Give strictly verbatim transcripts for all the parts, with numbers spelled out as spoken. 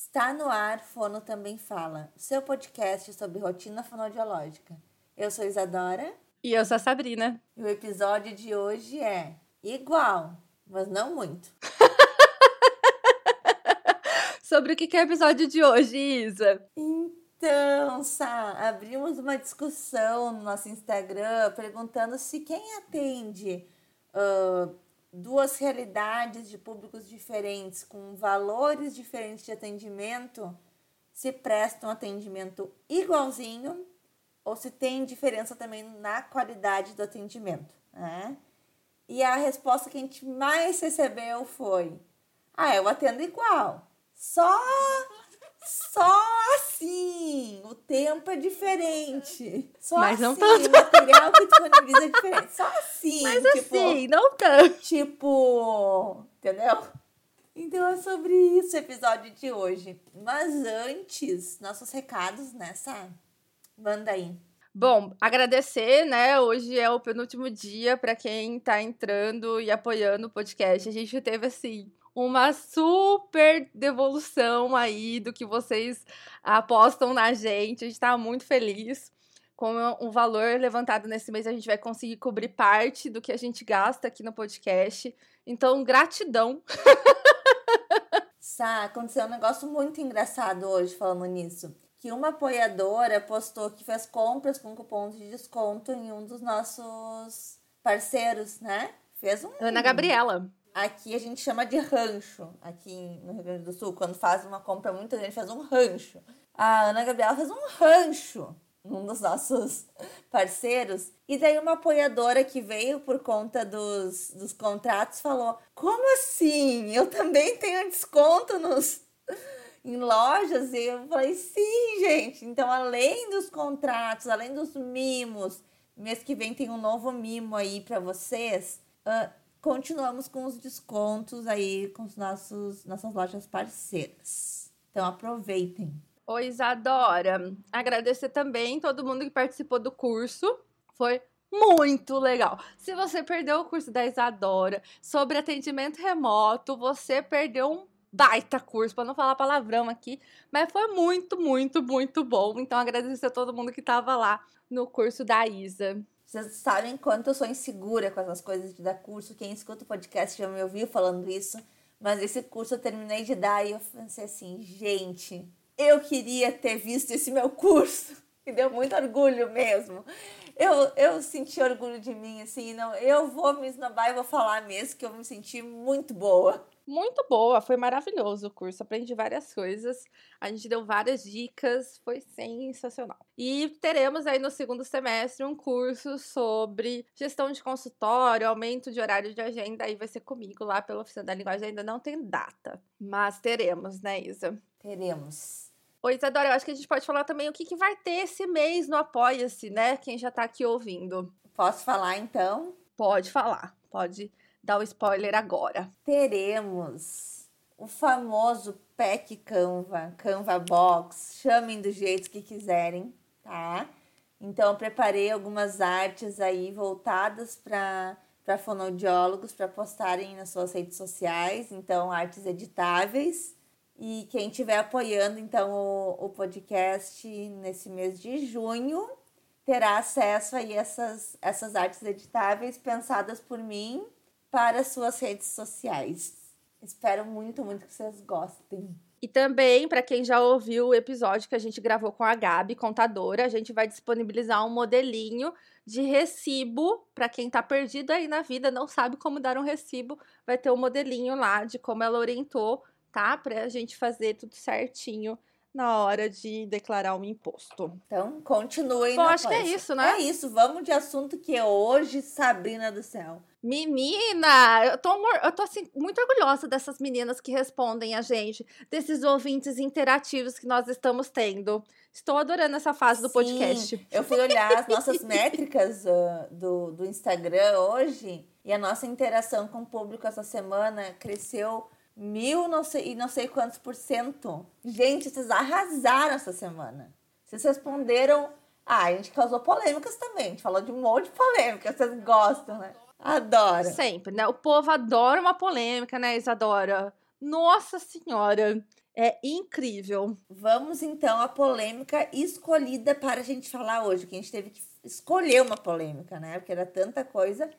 Está no ar, Fono Também Fala, seu podcast sobre rotina fonoaudiológica. Eu sou Isadora. E eu sou a Sabrina. E o episódio de hoje é igual, mas não muito. Sobre o que é o episódio de hoje, Isa? Então, Sá, abrimos uma discussão no nosso Instagram perguntando se quem atende uh, duas realidades de públicos diferentes, com valores diferentes de atendimento, se presta um atendimento igualzinho ou se tem diferença também na qualidade do atendimento, né? E a resposta que a gente mais recebeu foi: ah, eu atendo igual, só, só assim, o tempo é diferente, só Mas não assim, tanto. o material que disponibiliza é diferente, só assim, Mas tipo, assim, não tanto. tipo, entendeu? Então é sobre isso o episódio de hoje. Mas antes, nossos recados nessa... Manda aí. Bom, agradecer, né? Hoje é o penúltimo dia para quem tá entrando e apoiando o podcast. A gente teve, assim, uma super devolução aí do que vocês apostam na gente. A gente tá muito feliz. Com o valor levantado nesse mês, a gente vai conseguir cobrir parte do que a gente gasta aqui no podcast. Então, gratidão. Sá, aconteceu um negócio muito engraçado hoje falando nisso. Que uma apoiadora postou que fez compras com cupom de desconto em um dos nossos parceiros, né? Fez um... Ana Gabriela. Aqui a gente chama de rancho, aqui no Rio Grande do Sul. Quando faz uma compra muito grande, faz um rancho. A Ana Gabriela fez um rancho num dos nossos parceiros. E daí uma apoiadora que veio por conta dos, dos contratos falou: como assim? Eu também tenho desconto nos... em lojas. E eu falei, sim, gente. Então, além dos contratos, além dos mimos, mês que vem tem um novo mimo aí para vocês, uh, continuamos com os descontos aí com os nossos nossas lojas parceiras. Então, aproveitem. Oi, Isadora. Agradecer também todo mundo que participou do curso. Foi muito legal. Se você perdeu o curso da Isadora sobre atendimento remoto, você perdeu um baita curso, para não falar palavrão aqui, mas foi muito, muito, muito bom. Então, agradecer a todo mundo que estava lá no curso da Isa. Vocês sabem quanto eu sou insegura com essas coisas de dar curso. Quem escuta o podcast já me ouviu falando isso, mas esse curso eu terminei de dar e eu pensei assim, gente, eu queria ter visto esse meu curso. Me deu muito orgulho mesmo. Eu, eu senti orgulho de mim, assim, não, eu vou me esnobar e vou falar mesmo que eu me senti muito boa. Muito boa, foi maravilhoso o curso, aprendi várias coisas, a gente deu várias dicas, foi sensacional. E teremos aí no segundo semestre um curso sobre gestão de consultório, aumento de horário de agenda, aí vai ser comigo lá pela Oficina da Linguagem, ainda não tem data, mas teremos, né, Isa? Teremos. Oi, Isadora, eu acho que a gente pode falar também o que, que vai ter esse mês no Apoia-se, né, quem já tá aqui ouvindo. Posso falar, então? Pode falar, pode dar o spoiler agora. Teremos o famoso Pack Canva, Canva Box, chamem do jeito que quiserem, tá? Então, eu preparei algumas artes aí voltadas para para fonoaudiólogos para postarem nas suas redes sociais, então, artes editáveis. E quem estiver apoiando, então, o, o podcast nesse mês de junho, terá acesso a essas, essas artes editáveis pensadas por mim para suas redes sociais. Espero muito, muito que vocês gostem. E também, para quem já ouviu o episódio que a gente gravou com a Gabi, contadora, a gente vai disponibilizar um modelinho de recibo. Para quem tá perdido aí na vida, não sabe como dar um recibo, vai ter um modelinho lá de como ela orientou, tá? Pra gente fazer tudo certinho na hora de declarar um imposto. Então, continuem. Bom, acho que é isso, né? É isso, vamos de assunto que é hoje, Sabrina do céu. Menina, eu tô, eu tô assim, muito orgulhosa dessas meninas que respondem a gente, desses ouvintes interativos que nós estamos tendo. Estou adorando essa fase do Sim, podcast. Eu fui olhar as nossas métricas uh, do, do Instagram hoje e a nossa interação com o público essa semana cresceu mil não sei, e não sei quantos por cento. Gente, vocês arrasaram essa semana. Vocês responderam... Ah, a gente causou polêmicas também. A gente falou de um monte de polêmica. Vocês gostam, né? Adoro. Sempre, né? O povo adora uma polêmica, né, Isadora? Nossa Senhora! É incrível. Vamos, então, à polêmica escolhida para a gente falar hoje, que a gente teve que escolher uma polêmica, né? Porque era tanta coisa.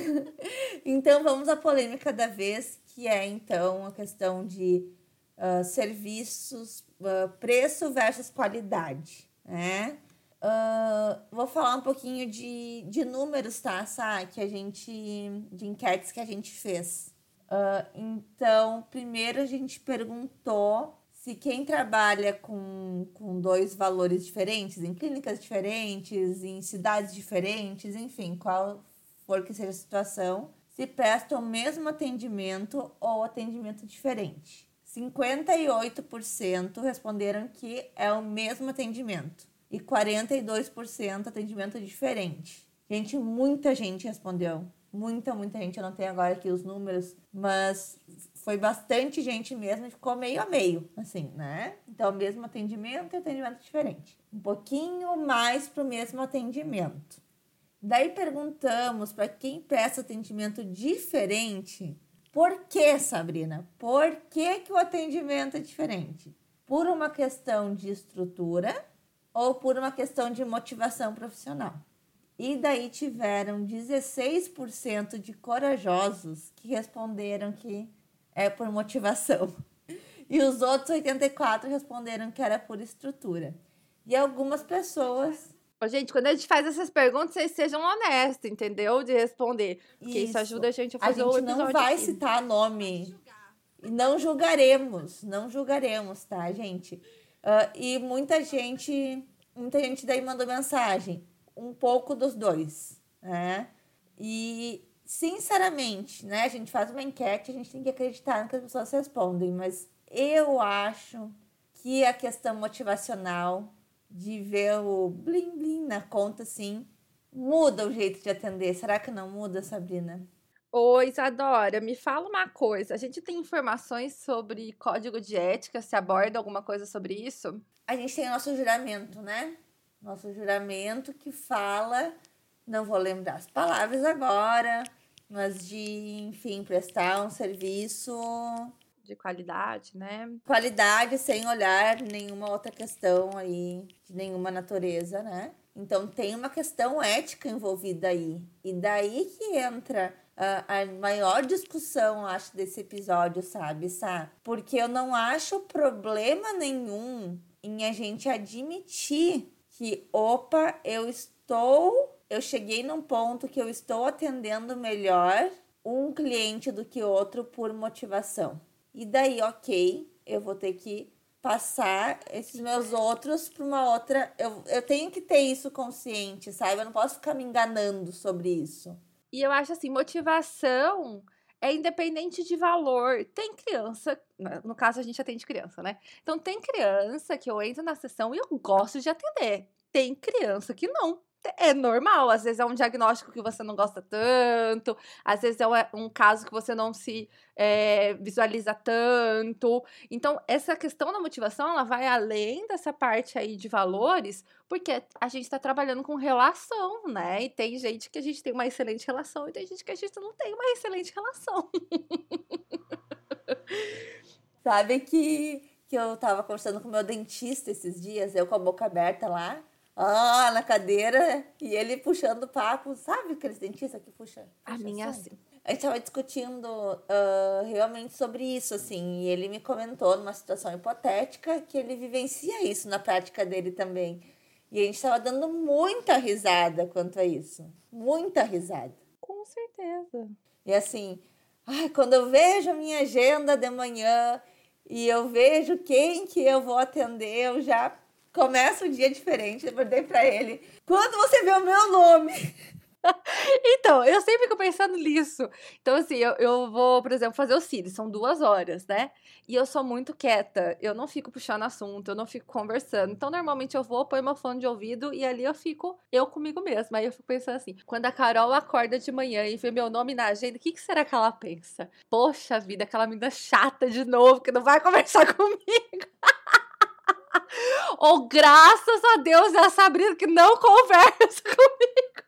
Então, vamos à polêmica da vez, que é, então, a questão de uh, serviços, uh, preço versus qualidade, né? Uh, vou falar um pouquinho de, de números, tá, Sá? Que a gente, de enquetes que a gente fez. Uh, então, primeiro a gente perguntou se quem trabalha com, com dois valores diferentes, em clínicas diferentes, em cidades diferentes, enfim, qual for que seja a situação, se presta o mesmo atendimento ou atendimento diferente. cinquenta e oito por cento responderam que é o mesmo atendimento e quarenta e dois por cento atendimento diferente. Gente, muita gente respondeu. Muita, muita gente. Eu não tenho agora aqui os números, mas foi bastante gente mesmo, ficou meio a meio, assim, né? Então, mesmo atendimento e atendimento diferente. Um pouquinho mais para o mesmo atendimento. Daí perguntamos para quem presta atendimento diferente, por que, Sabrina? Por que, que o atendimento é diferente? Por uma questão de estrutura ou por uma questão de motivação profissional? E daí tiveram dezesseis por cento de corajosos que responderam que é por motivação. E os outros oitenta e quatro por cento responderam que era por estrutura. E algumas pessoas... Ô, gente, quando a gente faz essas perguntas, vocês sejam honestos, entendeu? De responder. Porque isso, isso ajuda a gente a fazer o episódio. A gente não vai aqui. citar nome. E não julgaremos. Não julgaremos, tá, gente? Uh, e muita gente... Muita gente daí mandou mensagem. Um pouco dos dois, né? E, sinceramente, né? A gente faz uma enquete, a gente tem que acreditar no que as pessoas respondem, mas eu acho que a questão motivacional de ver o blim blim na conta, assim, muda o jeito de atender. Será que não muda, Sabrina? Oi, Isadora, me fala uma coisa. A gente tem informações sobre código de ética? Se aborda alguma coisa sobre isso? A gente tem o nosso juramento, né? Nosso juramento que fala, não vou lembrar as palavras agora, mas de, enfim, prestar um serviço... De qualidade, né? Qualidade sem olhar nenhuma outra questão aí, de nenhuma natureza, né? Então, tem uma questão ética envolvida aí. E daí que entra a, a maior discussão, acho, desse episódio, sabe, Sá? Porque eu não acho problema nenhum em a gente admitir que, opa, eu estou... Eu cheguei num ponto que eu estou atendendo melhor um cliente do que outro por motivação. E daí, ok, eu vou ter que passar esses meus outros para uma outra... Eu, eu tenho que ter isso consciente, sabe? Eu não posso ficar me enganando sobre isso. E eu acho assim, motivação é independente de valor. Tem criança, no caso a gente atende criança, né? Então tem criança que eu entro na sessão e eu gosto de atender. Tem criança que não. É normal, às vezes é um diagnóstico que você não gosta tanto, às vezes é um caso que você não se é, visualiza tanto. Então, essa questão da motivação, ela vai além dessa parte aí de valores, porque a gente está trabalhando com relação, né? E tem gente que a gente tem uma excelente relação e tem gente que a gente não tem uma excelente relação. Sabe que, que eu tava conversando com o meu dentista esses dias, eu com a boca aberta lá, Ah, na cadeira, e ele puxando o papo, sabe aqueles dentistas que puxa? A minha, assim. A gente tava discutindo uh, realmente sobre isso, assim, e ele me comentou numa situação hipotética que ele vivencia isso na prática dele também. E a gente tava dando muita risada quanto a isso. Muita risada. Com certeza. E assim, ai, quando eu vejo a minha agenda de manhã e eu vejo quem que eu vou atender, eu já... Começa um dia diferente, eu mandei pra ele. Quando você vê o meu nome? Então, eu sempre fico pensando nisso. Então, assim, eu, eu vou, por exemplo, fazer os cílios. São duas horas, né? E eu sou muito quieta. Eu não fico puxando assunto, eu não fico conversando. Então, normalmente, eu vou, ponho meu fone de ouvido e ali eu fico eu comigo mesma. Aí eu fico pensando assim, quando a Carol acorda de manhã e vê meu nome na agenda, o que, que será que ela pensa? Poxa vida, aquela menina chata de novo, que não vai conversar comigo. Ou, graças a Deus, é a Sabrina que não conversa comigo.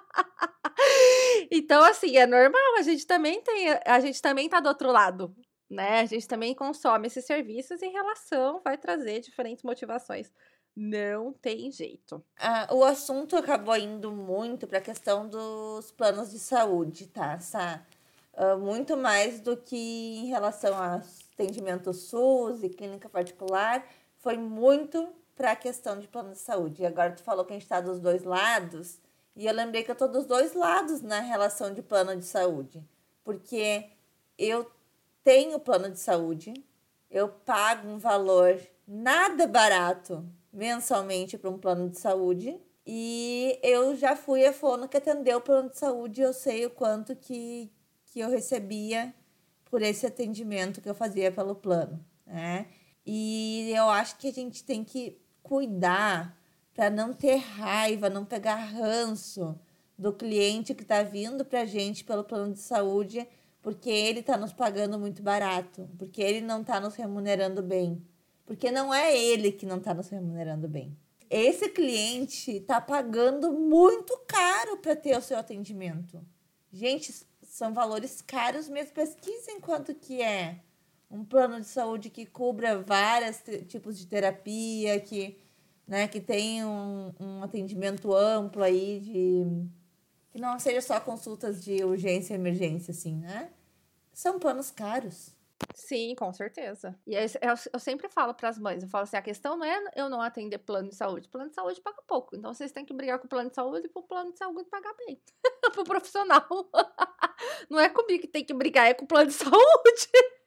Então, assim, é normal, a gente também tem, a gente também tá do outro lado, né? A gente também consome esses serviços e relação vai trazer diferentes motivações. Não tem jeito. Ah, o assunto acabou indo muito para a questão dos planos de saúde, tá? Sá? Uh, muito mais do que em relação a atendimento SUS e clínica particular, foi muito para a questão de plano de saúde. E agora tu falou que a gente está dos dois lados, e eu lembrei que eu estou dos dois lados na relação de plano de saúde, porque eu tenho plano de saúde, eu pago um valor nada barato mensalmente para um plano de saúde, e eu já fui a fono que atendeu o plano de saúde, eu sei o quanto que, que eu recebia por esse atendimento que eu fazia pelo plano, né? E eu acho que a gente tem que cuidar para não ter raiva, não pegar ranço do cliente que está vindo para a gente pelo plano de saúde, porque ele está nos pagando muito barato, porque ele não está nos remunerando bem, porque não é ele que não está nos remunerando bem. Esse cliente está pagando muito caro para ter o seu atendimento. Gente, são valores caros mesmo. Pesquisem quanto que é um plano de saúde que cubra vários tipos de terapia, que, né, que tem um, um atendimento amplo aí, de, que não seja só consultas de urgência e emergência, assim, né? São planos caros. Sim, com certeza. E eu, eu, eu sempre falo para as mães, eu falo assim, a questão não é eu não atender plano de saúde, plano de saúde paga pouco, então vocês têm que brigar com o plano de saúde e pro plano de saúde pagar bem, pro profissional. Não é comigo que tem que brigar, é com o plano de saúde.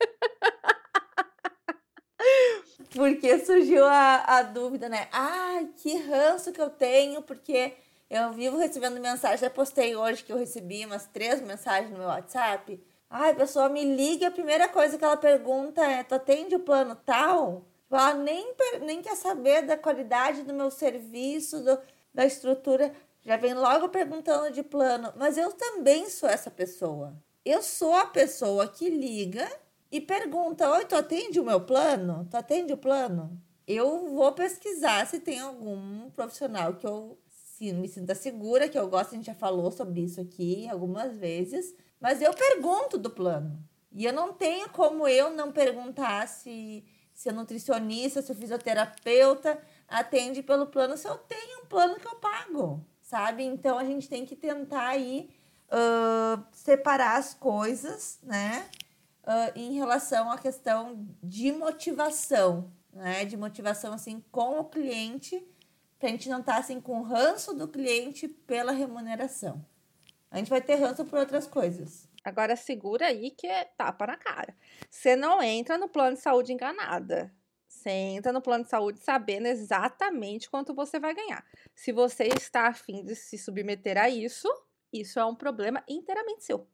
Porque surgiu a, a dúvida, né? Ai, que ranço que eu tenho, porque eu vivo recebendo mensagem, já postei hoje que eu recebi umas três mensagens no meu WhatsApp. Ai, a pessoa me liga, a primeira coisa que ela pergunta é, tu atende o plano tal? Ela nem, nem quer saber da qualidade do meu serviço, do, da estrutura. Já vem logo perguntando de plano. Mas eu também sou essa pessoa. Eu sou a pessoa que liga e pergunta, oi, tu atende o meu plano? Tu atende o plano? Eu vou pesquisar se tem algum profissional que eu se, me sinta segura, que eu gosto. A gente já falou sobre isso aqui algumas vezes. Mas eu pergunto do plano. E eu não tenho como eu não perguntar se, se a nutricionista, se o fisioterapeuta atende pelo plano, se eu tenho um plano que eu pago, sabe? Então, a gente tem que tentar aí uh, separar as coisas, né? Uh, em relação à questão de motivação, né? De motivação, assim, com o cliente, pra gente não estar, assim, com o ranço do cliente pela remuneração. A gente vai ter ranço por outras coisas. Agora segura aí que é tapa na cara. Você não entra no plano de saúde enganada. Você entra no plano de saúde sabendo exatamente quanto você vai ganhar. Se você está afim de se submeter a isso, isso é um problema inteiramente seu.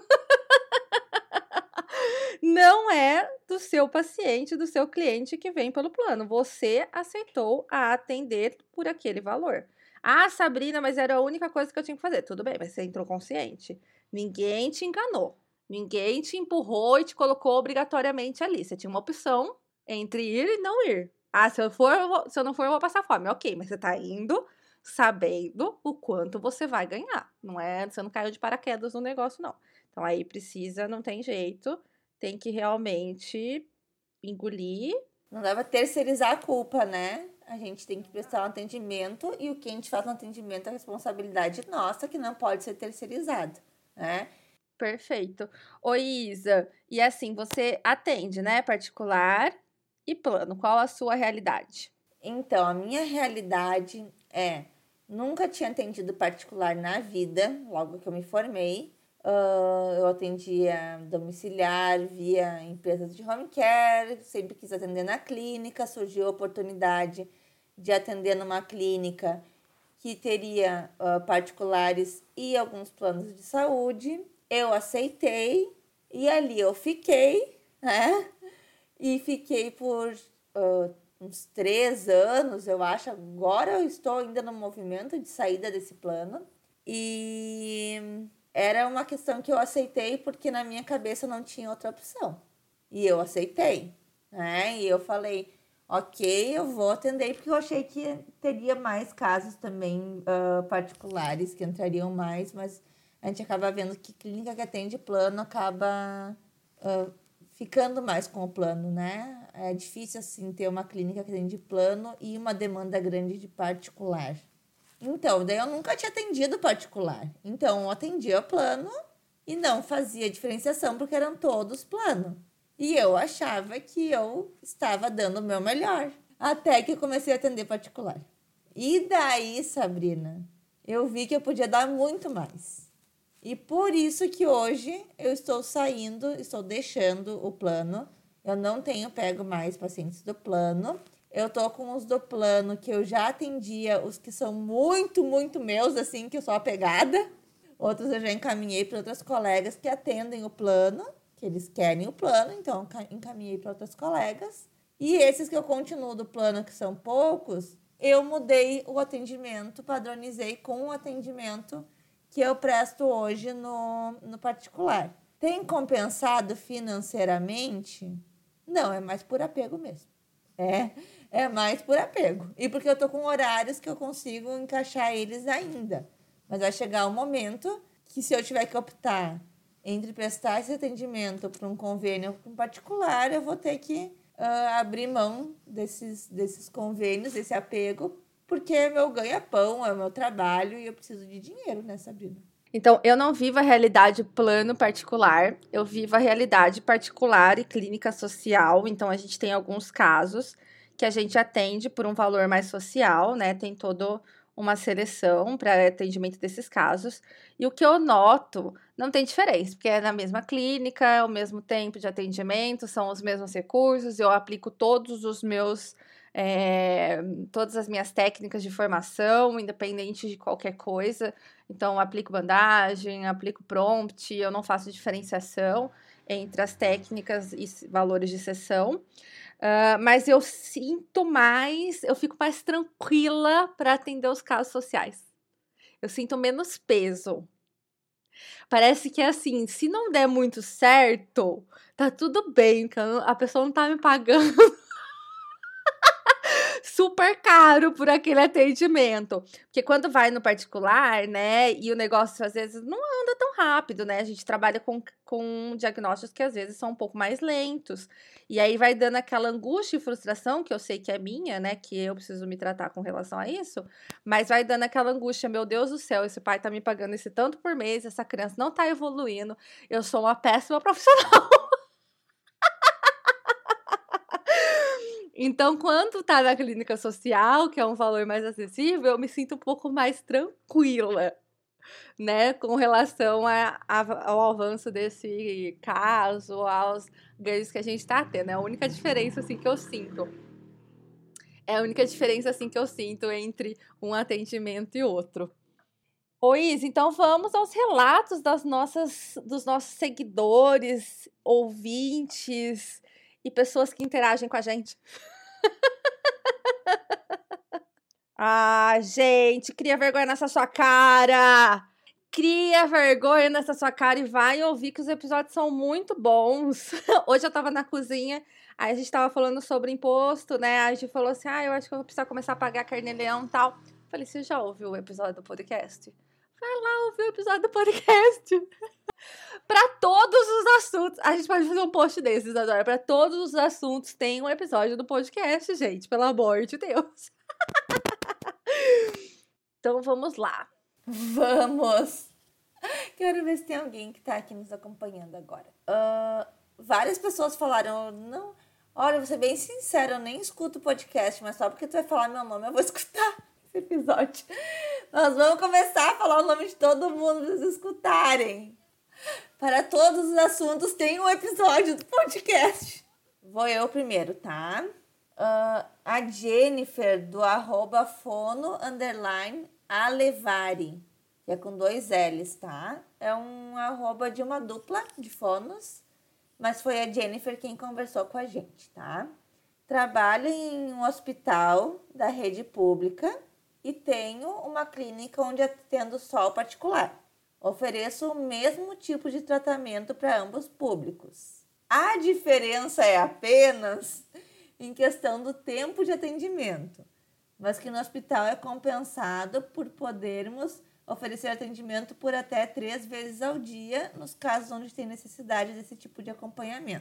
Não é do seu paciente, do seu cliente que vem pelo plano. Você aceitou a atender por aquele valor. Ah, Sabrina, mas era a única coisa que eu tinha que fazer. Tudo bem, mas você entrou consciente. Ninguém te enganou. Ninguém te empurrou e te colocou obrigatoriamente ali. Você tinha uma opção entre ir e não ir. Ah, se eu for, eu vou, se eu não for, eu vou passar fome. Ok, mas você tá indo sabendo o quanto você vai ganhar. Não é, você não caiu de paraquedas no negócio, não. Então aí precisa, não tem jeito, tem que realmente engolir. Não dá pra terceirizar a culpa, né? A gente tem que prestar um atendimento e o que a gente faz no atendimento é responsabilidade nossa, que não pode ser terceirizado, né? Perfeito. Ô, Isa, e assim, você atende, né? Particular e plano. Qual a sua realidade? Então, a minha realidade é, nunca tinha atendido particular na vida, logo que eu me formei. Uh, eu atendia domiciliar via empresas de home care, sempre quis atender na clínica, surgiu a oportunidade de atender numa clínica que teria uh, particulares e alguns planos de saúde. Eu aceitei e ali eu fiquei, né? E fiquei por uh, uns três anos, eu acho. Agora eu estou ainda no movimento de saída desse plano. E era uma questão que eu aceitei porque na minha cabeça não tinha outra opção. E eu aceitei, né? E eu falei, ok, eu vou atender, porque eu achei que teria mais casos também uh, particulares que entrariam mais, mas a gente acaba vendo que clínica que atende plano acaba uh, ficando mais com o plano, né? É difícil, assim, ter uma clínica que tem de plano e uma demanda grande de particular. Então, daí eu nunca tinha atendido particular. Então, eu atendia plano e não fazia diferenciação porque eram todos plano. E eu achava que eu estava dando o meu melhor. Até que eu comecei a atender particular. E daí, Sabrina, eu vi que eu podia dar muito mais. E por isso que hoje eu estou saindo, estou deixando o plano. Eu não tenho pego mais pacientes do plano. Eu tô com os do plano que eu já atendia, os que são muito, muito meus, assim, que eu sou apegada. Outros eu já encaminhei para outras colegas que atendem o plano, que eles querem o plano, então encaminhei para outras colegas. E esses que eu continuo do plano, que são poucos, eu mudei o atendimento, padronizei com o atendimento que eu presto hoje no, no particular. Tem compensado financeiramente? Não, é mais por apego mesmo. É, é mais por apego. E porque eu tô com horários que eu consigo encaixar eles ainda. Mas vai chegar um momento que se eu tiver que optar entre prestar esse atendimento para um convênio um particular, eu vou ter que uh, abrir mão desses, desses convênios, desse apego, porque é meu ganha-pão, é o meu trabalho e eu preciso de dinheiro, né, Sabrina? Então, eu não vivo a realidade plano particular, eu vivo a realidade particular e clínica social. Então, a gente tem alguns casos que a gente atende por um valor mais social, né? Tem toda uma seleção para atendimento desses casos. E o que eu noto, não tem diferença, porque é na mesma clínica, é o mesmo tempo de atendimento, são os mesmos recursos, eu aplico todos os meus... É, todas as minhas técnicas de formação, independente de qualquer coisa. Então, aplico bandagem, aplico prompt, eu não faço diferenciação entre as técnicas e valores de sessão. Uh, mas eu sinto mais, eu fico mais tranquila para atender os casos sociais. Eu sinto menos peso. Parece que é assim, se não der muito certo, tá tudo bem, a pessoa não tá me pagando super caro por aquele atendimento. Porque quando vai no particular, né, e o negócio às vezes não anda tão rápido, né? A gente trabalha com, com diagnósticos que às vezes são um pouco mais lentos. E aí vai dando aquela angústia e frustração, que eu sei que é minha, né, que eu preciso me tratar com relação a isso, mas vai dando aquela angústia, meu Deus do céu, esse pai tá me pagando esse tanto por mês, essa criança não tá evoluindo, eu sou uma péssima profissional. Então, quando tá na clínica social, que é um valor mais acessível, eu me sinto um pouco mais tranquila, né? Com relação a, a, ao avanço desse caso, aos ganhos que a gente tá tendo. É a única diferença, assim, que eu sinto. É a única diferença, assim, que eu sinto entre um atendimento e outro. Ô, Isa, então vamos aos relatos das nossas, dos nossos seguidores, ouvintes e pessoas que interagem com a gente. Ah, gente, cria vergonha nessa sua cara! Cria vergonha nessa sua cara e vai ouvir que os episódios são muito bons. Hoje eu tava na cozinha, aí a gente tava falando sobre imposto, né? Aí a gente falou assim, ah, eu acho que eu vou precisar começar a pagar carnê-leão e tal. Falei, você já ouviu o episódio do podcast? Vai lá ouvir o episódio do podcast. Pra todos os assuntos, a gente pode fazer um post desses agora. Pra todos os assuntos tem um episódio do podcast, gente, pelo amor de Deus. Então vamos lá. Vamos! Quero ver se tem alguém que tá aqui nos acompanhando agora. Uh, várias pessoas falaram, não, olha, vou ser bem sincera, eu nem escuto o podcast, mas só porque tu vai falar meu nome, eu vou escutar esse episódio. Nós vamos começar a falar o nome de todo mundo pra vocês escutarem. Para todos os assuntos tem um episódio do podcast. Vou eu primeiro, tá? Uh, a Jennifer, do arroba fono, underline, alevari, que é com dois L's, tá? É um arroba de uma dupla de fonos, mas foi a Jennifer quem conversou com a gente, tá? Trabalho em um hospital da rede pública e tenho uma clínica onde atendo só o particular. Ofereço o mesmo tipo de tratamento para ambos públicos. A diferença é apenas em questão do tempo de atendimento, mas que no hospital é compensado por podermos oferecer atendimento por até três vezes ao dia, nos casos onde tem necessidade desse tipo de acompanhamento.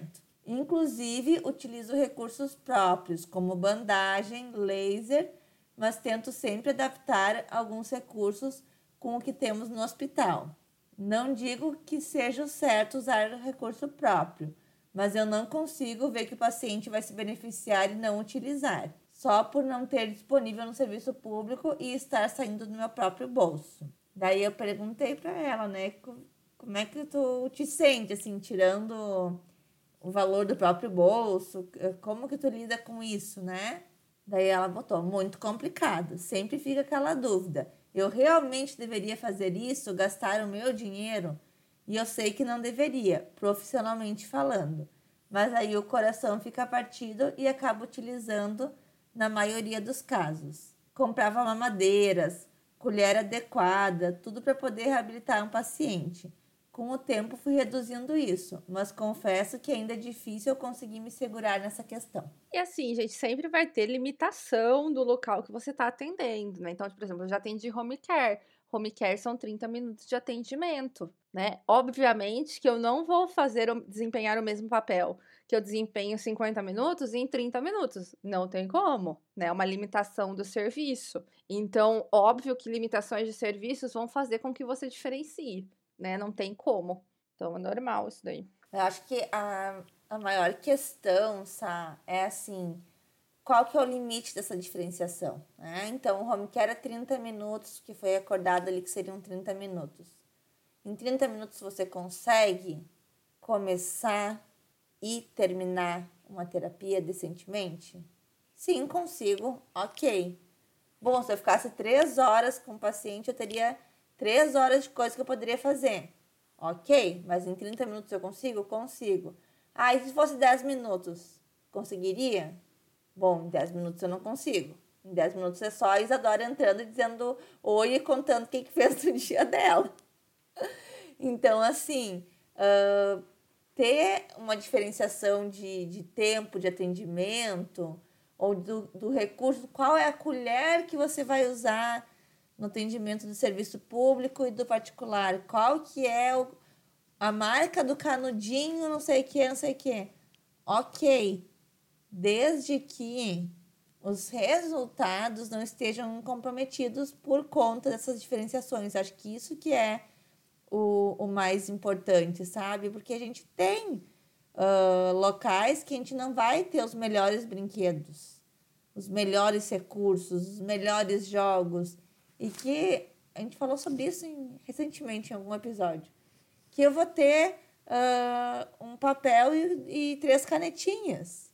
Inclusive, utilizo recursos próprios, como bandagem, laser, mas tento sempre adaptar alguns recursos com o que temos no hospital. Não digo que seja o certo usar recurso próprio, mas eu não consigo ver que o paciente vai se beneficiar e não utilizar, só por não ter disponível no serviço público e estar saindo do meu próprio bolso. Daí eu perguntei para ela, né, como é que tu te sente, assim, tirando o valor do próprio bolso, como que tu lida com isso, né? Daí ela botou, muito complicado, sempre fica aquela dúvida. Eu realmente deveria fazer isso, gastar o meu dinheiro? E eu sei que não deveria, profissionalmente falando. Mas aí o coração fica partido e acaba utilizando na maioria dos casos. Comprava mamadeiras, colher adequada, tudo para poder reabilitar um paciente. Com o tempo fui reduzindo isso, mas confesso que ainda é difícil eu conseguir me segurar nessa questão. E assim, gente, sempre vai ter limitação do local que você está atendendo, né? Então, por exemplo, eu já atendi home care. Home care são trinta minutos de atendimento, né? Obviamente que eu não vou fazer, desempenhar o mesmo papel que eu desempenho cinquenta minutos em trinta minutos. Não tem como, né? É uma limitação do serviço. Então, óbvio que limitações de serviços vão fazer com que você diferencie, né? Não tem como. Então, é normal isso daí. Eu acho que a, a maior questão, Sá, é assim, qual que é o limite dessa diferenciação, né? Então, o home care é trinta minutos, que foi acordado ali que seriam trinta minutos. Em trinta minutos você consegue começar e terminar uma terapia decentemente? Sim, consigo, ok. Bom, se eu ficasse três horas com o paciente, eu teria três horas de coisa que eu poderia fazer. Ok, mas em trinta minutos eu consigo? Consigo. Ah, e se fosse dez minutos? Conseguiria? Bom, em dez minutos eu não consigo. Em dez minutos é só a Isadora entrando e dizendo oi e contando o que, que fez no dia dela. Então, assim, uh, ter uma diferenciação de, de tempo de atendimento ou do, do recurso, qual é a colher que você vai usar no atendimento do serviço público e do particular, qual que é o, a marca do canudinho, não sei o que, não sei o que. Ok, desde que os resultados não estejam comprometidos por conta dessas diferenciações. Acho que isso que é o, o mais importante, sabe? Porque a gente tem uh, locais que a gente não vai ter os melhores brinquedos, os melhores recursos, os melhores jogos, e que a gente falou sobre isso em, recentemente em algum episódio, que eu vou ter uh, um papel e, e três canetinhas.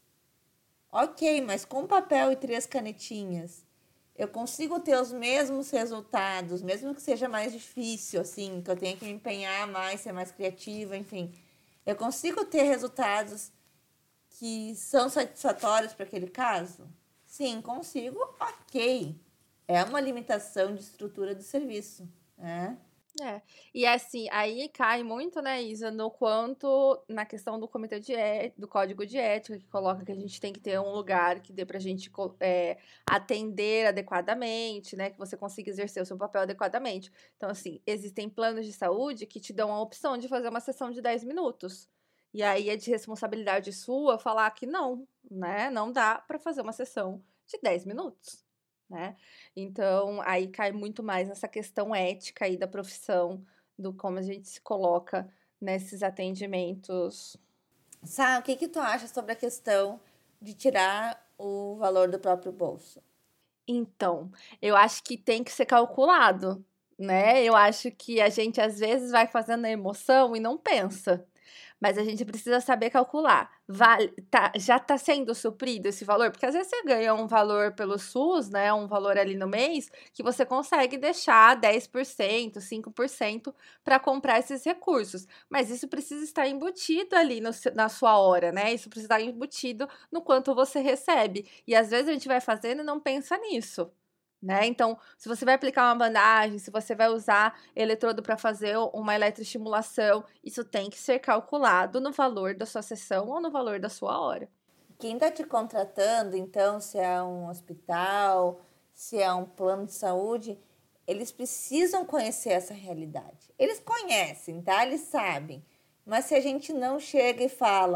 Ok, mas com papel e três canetinhas, eu consigo ter os mesmos resultados, mesmo que seja mais difícil, assim, que eu tenha que me empenhar mais, ser mais criativa, enfim. Eu consigo ter resultados que são satisfatórios para aquele caso? Sim, consigo, ok. É uma limitação de estrutura do serviço, né? É, e assim, aí cai muito, né, Isa, no quanto na questão do comitê de é, do código de ética, que coloca que a gente tem que ter um lugar que dê pra gente é, atender adequadamente, né, que você consiga exercer o seu papel adequadamente. Então, assim, existem planos de saúde que te dão a opção de fazer uma sessão de dez minutos. E aí é de responsabilidade sua falar que não, né, não dá pra fazer uma sessão de dez minutos. Né? Então, aí cai muito mais nessa questão ética aí da profissão, do como a gente se coloca nesses atendimentos. Sabe, o que que tu acha sobre a questão de tirar o valor do próprio bolso? Então, eu acho que tem que ser calculado, né? Eu acho que a gente às vezes vai fazendo a emoção e não pensa. Mas a gente precisa saber calcular. Vale, tá, já está sendo suprido esse valor? Porque às vezes você ganha um valor pelo SUS, né? Um valor ali no mês, que você consegue deixar dez por cento, cinco por cento para comprar esses recursos. Mas isso precisa estar embutido ali no, na sua hora, né? Isso precisa estar embutido no quanto você recebe. E às vezes a gente vai fazendo e não pensa nisso. Né? Então, se você vai aplicar uma bandagem, se você vai usar eletrodo para fazer uma eletroestimulação, isso tem que ser calculado no valor da sua sessão ou no valor da sua hora. Quem está te contratando, então, se é um hospital, se é um plano de saúde, eles precisam conhecer essa realidade. Eles conhecem, tá? Eles sabem. Mas se a gente não chega e fala,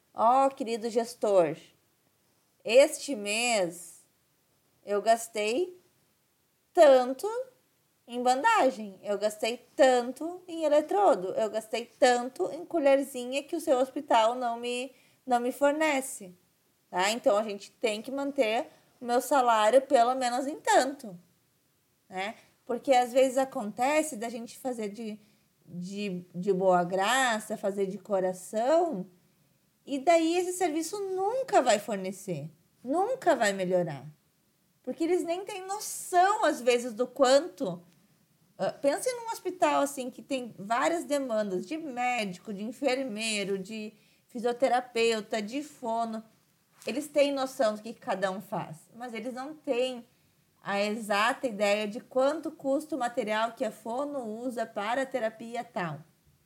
ó, oh, querido gestor, este mês eu gastei tanto em bandagem, eu gastei tanto em eletrodo, eu gastei tanto em colherzinha que o seu hospital não me, não me fornece. Tá? Então, a gente tem que manter o meu salário pelo menos em tanto. Né? Porque às vezes acontece da gente fazer de, de, de boa graça, fazer de coração, e daí esse serviço nunca vai fornecer, nunca vai melhorar. Porque eles nem têm noção, às vezes, do quanto... Uh, pense num hospital assim que tem várias demandas de médico, de enfermeiro, de fisioterapeuta, de fono. Eles têm noção do que cada um faz, mas eles não têm a exata ideia de quanto custa o material que a fono usa para a terapia tal.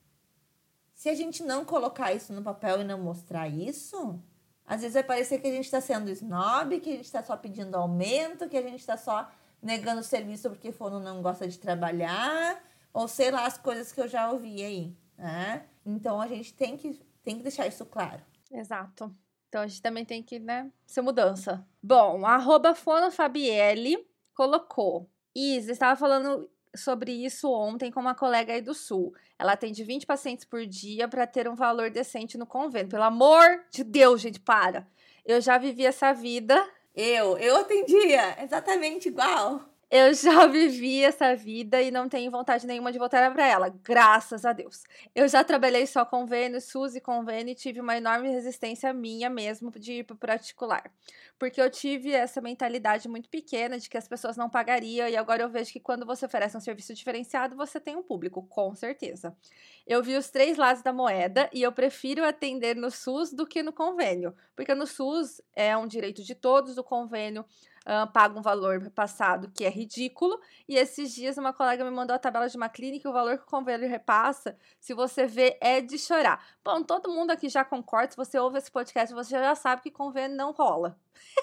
Se a gente não colocar isso no papel e não mostrar isso, às vezes vai parecer que a gente está sendo snob, que a gente está só pedindo aumento, que a gente está só negando serviço porque fono não gosta de trabalhar, ou sei lá, as coisas que eu já ouvi aí, né? Então, a gente tem que, tem que deixar isso claro. Exato. Então, a gente também tem que, né, ser mudança. Bom, arroba fonofabielle colocou. Isa, estava falando sobre isso ontem com uma colega aí do Sul. Ela atende vinte pacientes por dia para ter um valor decente no convênio. Pelo amor de Deus, gente, para. Eu já vivi essa vida... Eu, eu atendia exatamente igual. Eu já vivi essa vida e não tenho vontade nenhuma de voltar para ela, graças a Deus. Eu já trabalhei só convênio, SUS e convênio e tive uma enorme resistência minha mesmo de ir para o particular. Porque eu tive essa mentalidade muito pequena de que as pessoas não pagariam e agora eu vejo que quando você oferece um serviço diferenciado, você tem um público, com certeza. Eu vi os três lados da moeda e eu prefiro atender no SUS do que no convênio. Porque no SUS é um direito de todos, o convênio... Uh, paga um valor passado que é ridículo, e esses dias uma colega me mandou a tabela de uma clínica e o valor que o convênio repassa, se você vê, é de chorar. Bom, todo mundo aqui já concorda, se você ouve esse podcast, você já sabe que convênio não rola.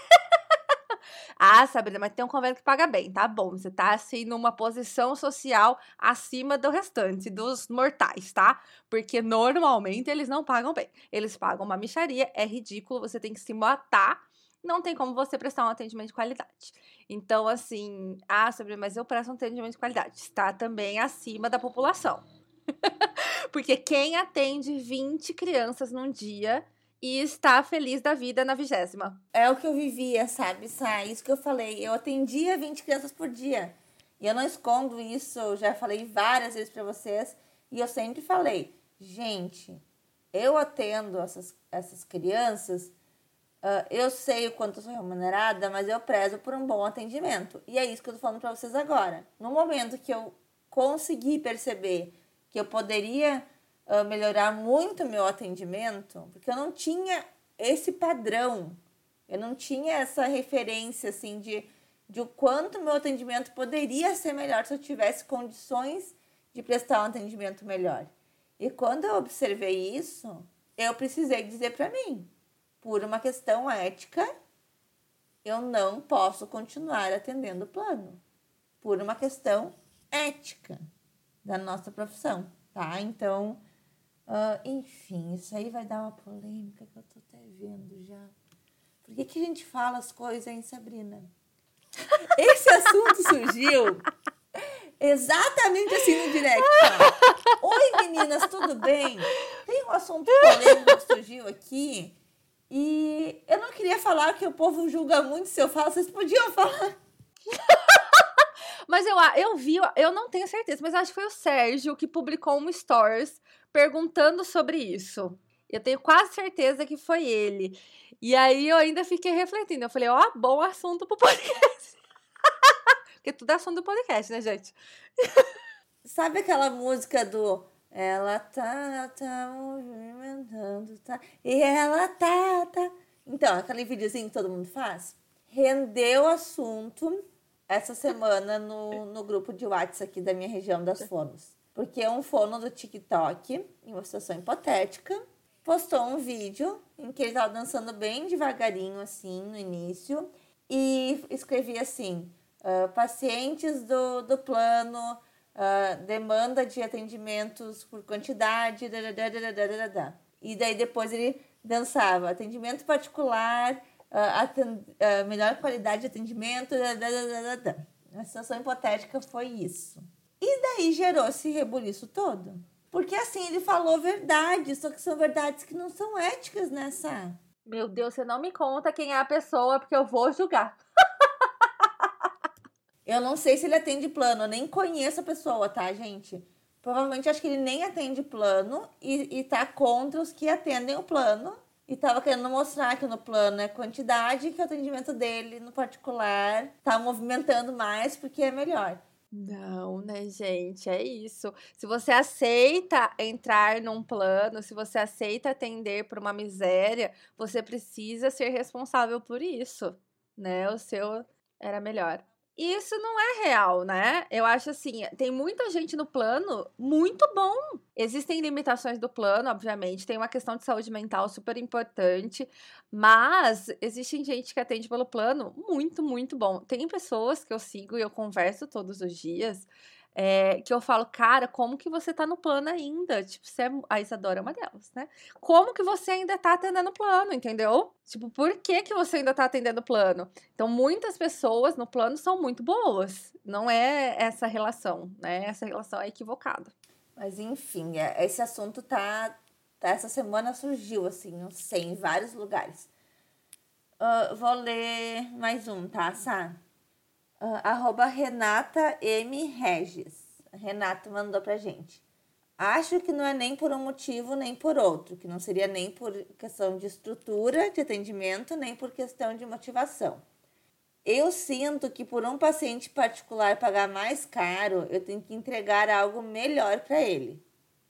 Ah, Sabrina, mas tem um convênio que paga bem, tá bom, você tá assim numa posição social acima do restante, dos mortais, tá? Porque normalmente eles não pagam bem, eles pagam uma mixaria, é ridículo, você tem que se matar, não tem como você prestar um atendimento de qualidade. Então, assim, ah, Sabrina, mas eu presto um atendimento de qualidade, está também acima da população. Porque quem atende vinte crianças num dia e está feliz da vida na vigésima? É o que eu vivia, sabe, Sá? Isso que eu falei. Eu atendia vinte crianças por dia. E eu não escondo isso, eu já falei várias vezes para vocês. E eu sempre falei, gente, eu atendo essas, essas crianças... Uh, eu sei o quanto eu sou remunerada, mas eu prezo por um bom atendimento. E é isso que eu tô falando para vocês agora. No momento que eu consegui perceber que eu poderia uh, melhorar muito o meu atendimento, porque eu não tinha esse padrão, eu não tinha essa referência, assim, de, de o quanto o meu atendimento poderia ser melhor se eu tivesse condições de prestar um atendimento melhor. E quando eu observei isso, eu precisei dizer para mim, por uma questão ética, eu não posso continuar atendendo o plano. Por uma questão ética da nossa profissão, tá? Então, uh, enfim, isso aí vai dar uma polêmica que eu tô até vendo já. Por que que a gente fala as coisas, hein, Sabrina? Esse assunto surgiu exatamente assim no direct. Ó. Oi, meninas, tudo bem? Tem um assunto polêmico que surgiu aqui... E eu não queria falar que o povo julga muito se eu falo, vocês podiam falar. Mas eu, eu vi, eu não tenho certeza, mas acho que foi o Sérgio que publicou um stories perguntando sobre isso. Eu tenho quase certeza que foi ele. E aí eu ainda fiquei refletindo. Eu falei, ó, oh, bom assunto pro podcast. Porque tudo é assunto do podcast, né, gente? Sabe aquela música do... Ela tá, tá movimentando, tá... E ela tá, tá... Então, aquele videozinho que todo mundo faz. Rendeu assunto essa semana no, no grupo de WhatsApp aqui da minha região das fonos. Porque um fono do TikTok, em uma situação hipotética, postou um vídeo em que ele tava dançando bem devagarinho, assim, no início. E escrevia assim, uh, pacientes do, do plano... Uh, demanda de atendimentos por quantidade, dadadadadadada. E daí depois ele Pensava, atendimento particular, uh, atend, uh, melhor qualidade de atendimento, da, da, da, da, da. A situação hipotética foi isso. E daí gerou esse rebuliço todo. Porque assim, ele falou verdade, só que são verdades que não são éticas, né, Sá? Meu Deus, você não me conta quem é a pessoa, porque eu vou julgar. Eu não sei se ele atende plano, eu nem conheço a pessoa, tá, gente? Provavelmente acho que ele nem atende plano e, e tá contra os que atendem o plano. E tava querendo mostrar que no plano é quantidade, que o atendimento dele no particular tá movimentando mais porque é melhor. Não, né, gente? É isso. Se você aceita entrar num plano, se você aceita atender por uma miséria, você precisa ser responsável por isso, né? O seu era melhor. Isso não é real, né? Eu acho assim, tem muita gente no plano muito bom. Existem limitações do plano, obviamente, tem uma questão de saúde mental super importante, mas existe gente que atende pelo plano muito, muito bom. Tem pessoas que eu sigo e eu converso todos os dias, é, que eu falo, cara, como que você tá no plano ainda? Tipo, você é... a Isadora é uma delas, né? Como que você ainda tá atendendo plano, entendeu? Tipo, por que que você ainda tá atendendo plano? Então, muitas pessoas no plano são muito boas. Não é essa relação, né? Essa relação é equivocada. Mas, enfim, esse assunto tá... tá essa semana surgiu, assim, não sei, em vários lugares. Uh, vou ler mais um, tá, Sá? Uh, arroba Renata M. Regis. A Renata mandou pra gente. Acho que não é nem por um motivo, nem por outro. Que não seria nem por questão de estrutura de atendimento, nem por questão de motivação. Eu sinto que por um paciente particular pagar mais caro, eu tenho que entregar algo melhor para ele.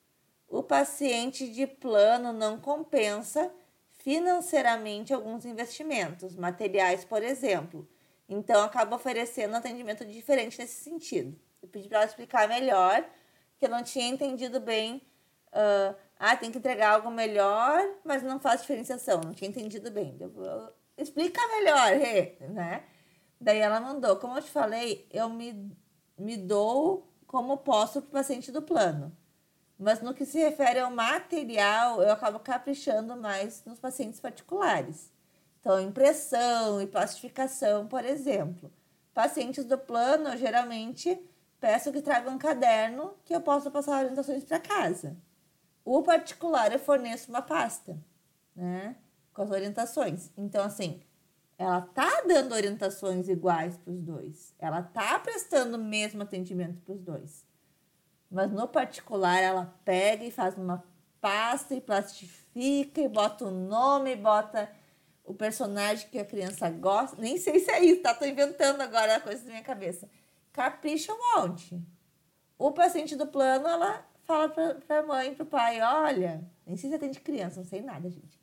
O paciente de plano não compensa financeiramente alguns investimentos, materiais, por exemplo. Então, acaba oferecendo um atendimento diferente nesse sentido. Eu pedi para ela explicar melhor, que eu não tinha entendido bem. Uh, ah, tem que entregar algo melhor, mas não faz diferenciação. Não tinha entendido bem. Eu, eu, explica melhor, né? Daí ela mandou. Como eu te falei, eu me, me dou como posso para o paciente do plano. Mas no que se refere ao material, eu acabo caprichando mais nos pacientes particulares. Então, impressão e plastificação, por exemplo. Pacientes do plano, eu geralmente peço que tragam um caderno que eu possa passar orientações para casa. O particular, eu forneço uma pasta, né, com as orientações. Então, assim, ela tá dando orientações iguais para os dois. Ela tá prestando o mesmo atendimento para os dois. Mas no particular, ela pega e faz uma pasta e plastifica e bota o nome, bota o personagem que a criança gosta. Nem sei se é isso, tá? Tô inventando agora a coisa da minha cabeça. Capricha um monte. O paciente do plano, ela fala pra, pra mãe, pro pai, olha, nem sei se atende criança, não sei nada, gente.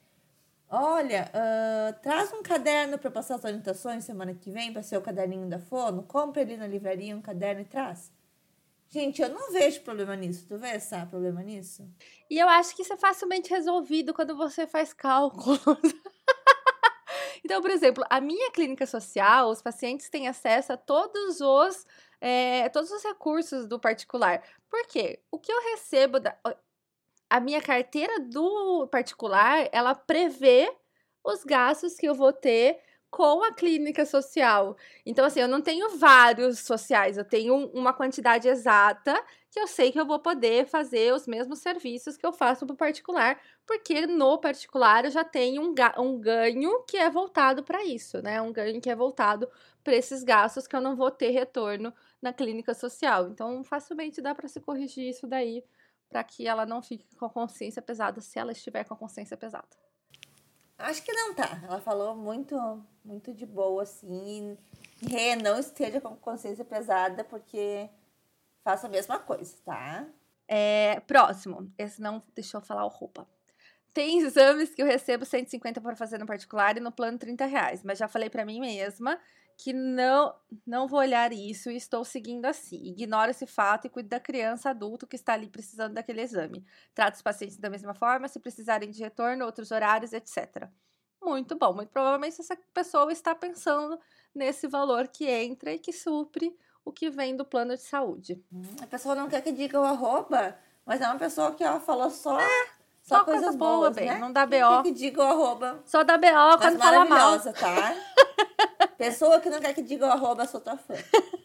Olha, uh, traz um caderno para passar as orientações semana que vem, para ser o caderninho da Fono. Compra ali na livraria um caderno e traz. Gente, eu não vejo problema nisso. Tu vê, Sá, problema nisso? E eu acho que isso é facilmente resolvido quando você faz cálculos. Então, por exemplo, a minha clínica social, os pacientes têm acesso a todos os, é, todos os recursos do particular. Por quê? O que eu recebo da... A minha carteira do particular, ela prevê os gastos que eu vou ter com a clínica social. Então, assim, eu não tenho vários sociais, eu tenho uma quantidade exata que eu sei que eu vou poder fazer os mesmos serviços que eu faço para o particular, porque no particular eu já tenho um, ga- um ganho que é voltado para isso, né? Um ganho que é voltado para esses gastos que eu não vou ter retorno na clínica social. Então, facilmente dá para se corrigir isso daí, para que ela não fique com a consciência pesada, se ela estiver com a consciência pesada. Acho que não tá. Ela falou muito, muito de boa, assim. Rê, não esteja com consciência pesada, porque faça a mesma coisa, tá? É, próximo. Esse não deixou eu falar o roupa. Tem exames que eu recebo cento e cinquenta para fazer no particular e no plano trinta reais. Mas já falei para mim mesma que não, não vou olhar isso e estou seguindo assim. Ignoro esse fato e cuido da criança, adulto que está ali precisando daquele exame. Trato os pacientes da mesma forma, se precisarem de retorno, outros horários, etcétera. Muito bom. Muito provavelmente essa pessoa está pensando nesse valor que entra e que supre o que vem do plano de saúde. A pessoa não quer que diga o arroba, mas é uma pessoa que ela falou só, Só, Só coisas, coisas boas, boas, bem. Né? Não dá B Quem O. quer que diga o arroba. Só dá B O quando fala mal. Tá? Pessoa que não quer que diga o arroba, sou tua fã.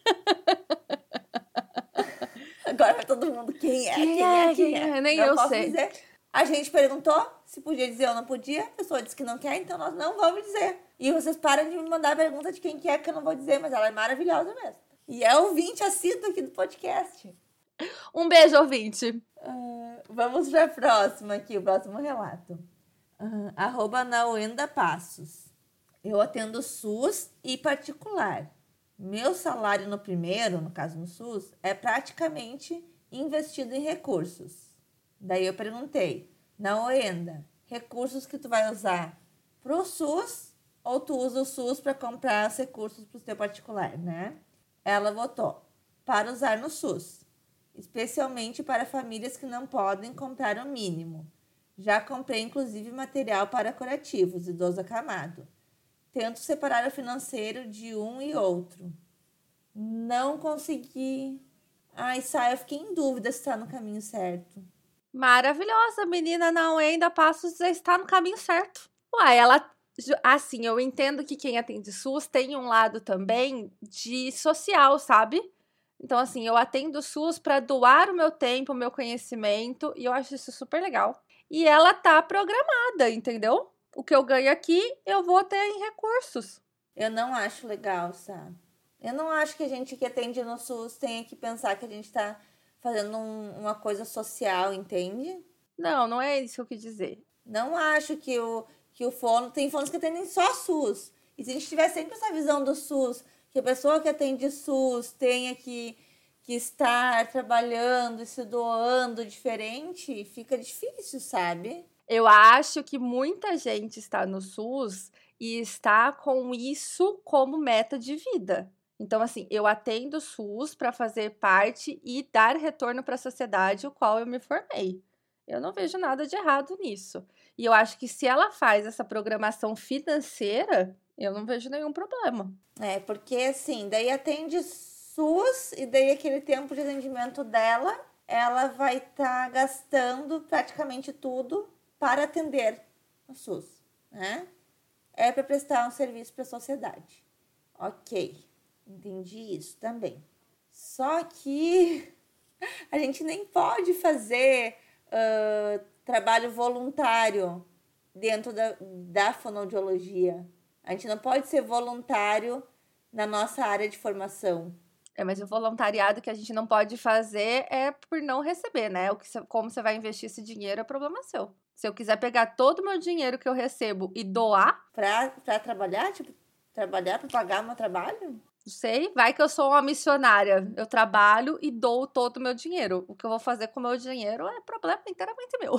Agora vai todo mundo, quem é, quem, quem é, é, quem é. é. Nem não eu posso sei. Dizer. A gente perguntou se podia dizer ou não podia. A pessoa disse que não quer, então nós não vamos dizer. E vocês param de me mandar a pergunta de quem que é, que eu não vou dizer, mas ela é maravilhosa mesmo. E é ouvinte assíduo aqui do podcast. Um beijo, ouvinte. Uh, vamos para a próxima aqui, o próximo relato. Uh, arroba Nauenda Passos. Eu atendo SUS e particular. Meu salário no primeiro, no caso no SUS, é praticamente investido em recursos. Daí eu perguntei, Nauenda, recursos que tu vai usar pro SUS ou tu usa o SUS para comprar os recursos pro teu particular, né? Ela votou para usar no SUS, especialmente para famílias que não podem comprar o mínimo. Já comprei, inclusive, material para curativos, idoso acamado. Tento separar o financeiro de um e outro. Não consegui. Ai, Sai, eu fiquei em dúvida se está no caminho certo. Maravilhosa, menina Nauenda Passos já está no caminho certo. Uai, ela... Assim, eu entendo que quem atende SUS tem um lado também de social, sabe? Então, assim, eu atendo SUS para doar o meu tempo, o meu conhecimento, e eu acho isso super legal. E ela tá programada, entendeu? O que eu ganho aqui, eu vou ter em recursos. Eu não acho legal, sabe? Eu não acho que a gente que atende no SUS tenha que pensar que a gente tá fazendo um, uma coisa social, entende? Não, não é isso que eu quis dizer. Não acho que o, que o fono... Tem fonos que atendem só SUS. E se a gente tiver sempre essa visão do SUS, que a pessoa que atende SUS tenha que, que estar trabalhando e se doando diferente, fica difícil, sabe? Eu acho que muita gente está no SUS e está com isso como meta de vida. Então, assim, eu atendo o SUS para fazer parte e dar retorno para a sociedade, o qual eu me formei. Eu não vejo nada de errado nisso. E eu acho que se ela faz essa programação financeira, eu não vejo nenhum problema. É, porque assim, daí atende SUS e daí aquele tempo de atendimento dela, ela vai estar tá gastando praticamente tudo para atender o SUS, né? É para prestar um serviço para a sociedade. Ok, entendi isso também. Só que a gente nem pode fazer uh, trabalho voluntário dentro da, da fonoaudiologia. A gente não pode ser voluntário na nossa área de formação. É, mas o voluntariado que a gente não pode fazer é por não receber, né? O que cê, como você vai investir esse dinheiro é problema seu. Se eu quiser pegar todo o meu dinheiro que eu recebo e doar... Pra, pra trabalhar? Tipo, trabalhar pra pagar o meu trabalho? Não sei, vai que eu sou uma missionária. Eu trabalho e dou todo o meu dinheiro. O que eu vou fazer com o meu dinheiro é problema inteiramente meu.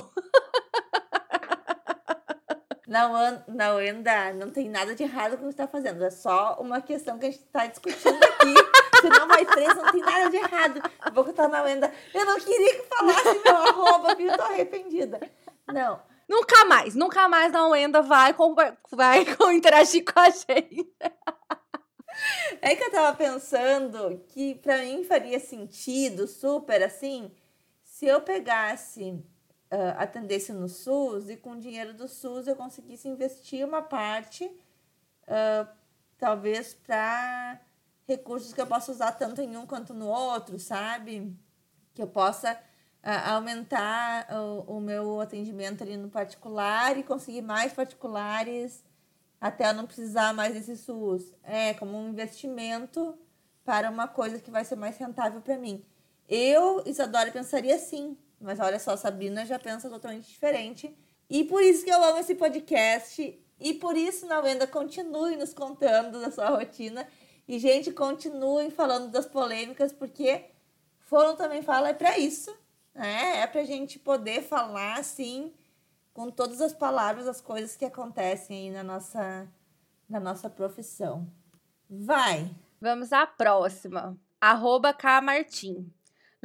Não, não, ainda não tem nada de errado com o que você está fazendo. É só uma questão que a gente está discutindo aqui. Se não vai preso, não tem nada de errado. Eu vou contar na Wenda. Eu não queria que falasse meu arroba, que eu tô arrependida. Não. Nunca mais, nunca mais a Wenda vai, vai interagir com a gente. É que eu tava pensando que pra mim faria sentido, super assim, se eu pegasse... Uh, atendesse no SUS e com o dinheiro do SUS eu conseguisse investir uma parte, uh, talvez para recursos que eu possa usar tanto em um quanto no outro, sabe? Que eu possa uh, aumentar o, o meu atendimento ali no particular e conseguir mais particulares até eu não precisar mais desse SUS. É como um investimento para uma coisa que vai ser mais rentável para mim. Eu, Isadora, pensaria assim. Mas olha só, a Sabrina já pensa totalmente diferente. E por isso que eu amo esse podcast. E por isso, Nauenda, continue nos contando da sua rotina. E, gente, continuem falando das polêmicas, porque Fono Também Fala é para isso. Né? É pra gente poder falar, assim, com todas as palavras, as coisas que acontecem aí na nossa, na nossa profissão. Vai! Vamos à próxima. Arroba K Martim.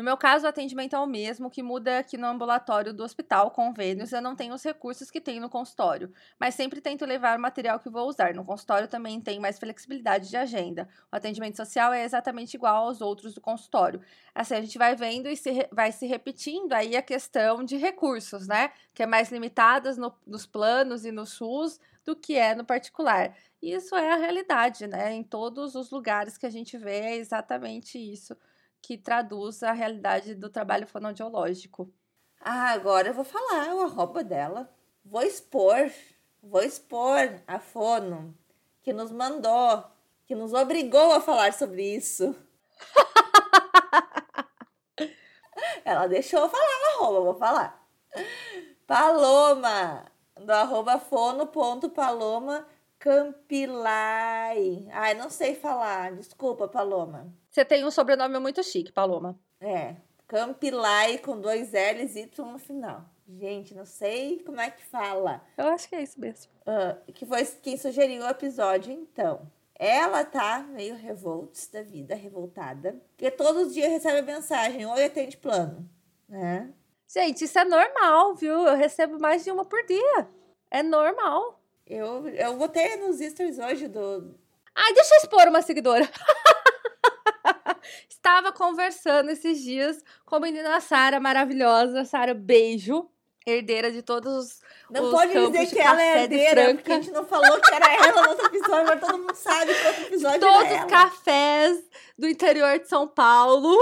No meu caso, o atendimento é o mesmo, o que muda aqui no ambulatório do hospital, convênios, eu não tenho os recursos que tenho no consultório, mas sempre tento levar o material que vou usar. No consultório também tem mais flexibilidade de agenda. O atendimento social é exatamente igual aos outros do consultório. Assim, a gente vai vendo e se, vai se repetindo aí a questão de recursos, né? Que é mais limitadas no, nos planos e no SUS do que é no particular. E isso é a realidade, né? Em todos os lugares que a gente vê, é exatamente isso que traduz a realidade do trabalho fonoaudiológico. Ah, agora eu vou falar o arroba dela. Vou expor, vou expor a Fono, que nos mandou, que nos obrigou a falar sobre isso. Ela deixou eu falar o arroba, vou falar. Paloma, do arroba fono.paloma Campilai. Ai, não sei falar, desculpa, Paloma. Você tem um sobrenome muito chique, Paloma. É, Campilai com dois L's e Y no final. Gente, não sei como é que fala. Eu acho que é isso mesmo. Uh, que foi quem sugeriu o episódio, então. Ela tá meio revolts da vida, revoltada. Porque todos os dias recebe mensagem, oi, atende plano, né? Gente, isso é normal, viu? Eu recebo mais de uma por dia. É normal. Eu, eu botei nos stories hoje do... Ai, deixa eu expor uma seguidora. Estava conversando esses dias com a menina Sara, maravilhosa. Sara, beijo. Herdeira de todos os Não os pode campos dizer de que ela café é de herdeira, Franca. porque a gente não falou que era ela no outro episódio, mas todo mundo sabe que o outro episódio Todos era os ela. cafés do interior de São Paulo.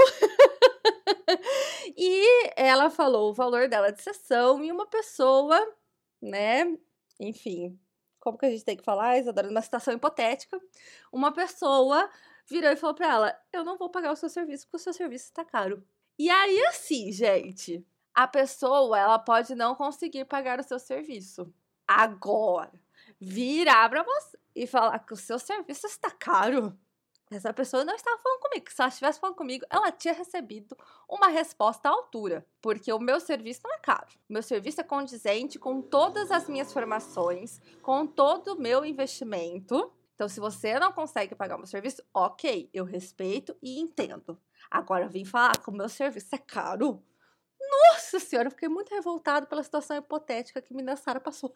E ela falou o valor dela de sessão e uma pessoa, né? Enfim, como que a gente tem que falar, Isadora? Numa situação hipotética, uma pessoa virou e falou pra ela: eu não vou pagar o seu serviço porque o seu serviço está caro. E aí, assim, gente, a pessoa, ela pode não conseguir pagar o seu serviço. Agora, virar pra você e falar que o seu serviço está caro. Essa pessoa não estava falando comigo. Se ela estivesse falando comigo, ela tinha recebido uma resposta à altura. Porque o meu serviço não é caro. O meu serviço é condizente com todas as minhas formações, com todo o meu investimento. Então, se você não consegue pagar o meu serviço, ok, eu respeito e entendo. Agora, vim falar que o meu serviço é caro. Nossa senhora, eu fiquei muito revoltada pela situação hipotética que menina Sara passou.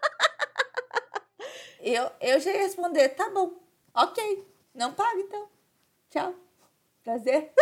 Eu, eu já ia responder, tá bom, ok, não paga então. Tchau, prazer.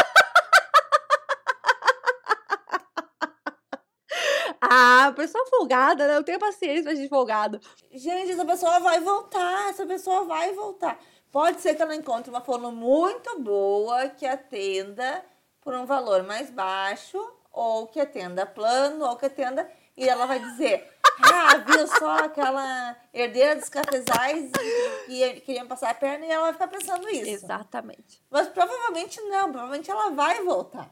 Ah, pessoa folgada, né? Eu tenho paciência pra gente folgada. Gente, essa pessoa vai voltar, essa pessoa vai voltar. Pode ser que ela encontre uma fono muito boa que atenda por um valor mais baixo, ou que atenda plano, ou que atenda... E ela vai dizer, ah, viu só aquela herdeira dos cafezais que queriam passar a perna, e ela vai ficar pensando isso. Exatamente. Mas provavelmente não, provavelmente ela vai voltar.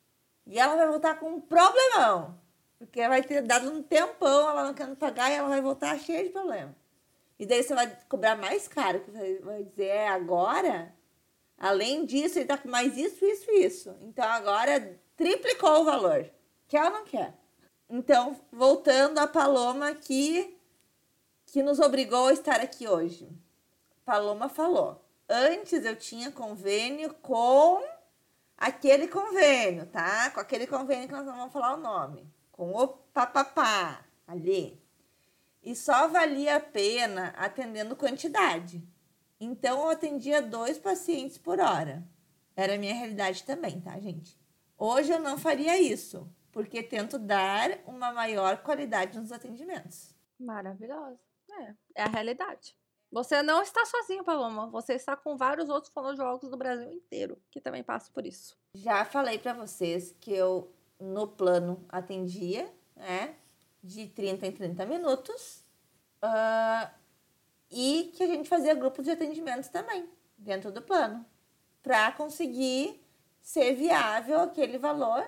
E ela vai voltar com um problemão. Porque vai ter dado um tempão, ela não querendo pagar, e ela vai voltar cheia de problema. E daí você vai cobrar mais caro, que você vai dizer, é agora, além disso, ele tá com mais isso, isso, isso. Então agora triplicou o valor. Quer ou não quer? Então, voltando a Paloma que, que nos obrigou a estar aqui hoje. Paloma falou, antes eu tinha convênio com aquele convênio, tá? Com aquele convênio que nós não vamos falar o nome. Com o papapá, ali. E só valia a pena atendendo quantidade. Então, eu atendia dois pacientes por hora. Era a minha realidade também, tá, gente? Hoje eu não faria isso, porque tento dar uma maior qualidade nos atendimentos. Maravilhosa. É, é a realidade. Você não está sozinho, Paloma. Você está com vários outros fonoaudiólogos do Brasil inteiro que também passam por isso. Já falei para vocês que eu, no plano, atendia, né? De trinta em trinta minutos. Uh, e que a gente fazia grupos de atendimento também, dentro do plano. Para conseguir ser viável aquele valor,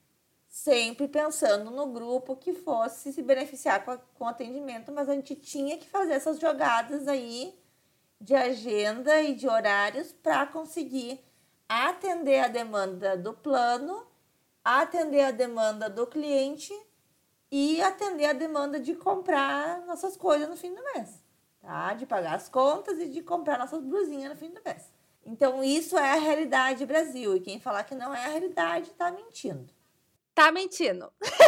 sempre pensando no grupo que fosse se beneficiar com, a, com o atendimento, mas a gente tinha que fazer essas jogadas aí de agenda e de horários para conseguir atender a demanda do plano, atender a demanda do cliente e atender a demanda de comprar nossas coisas no fim do mês, tá? De pagar as contas e de comprar nossas blusinhas no fim do mês. Então, isso é a realidade Brasil. E quem falar que não é a realidade, tá mentindo. Tá mentindo.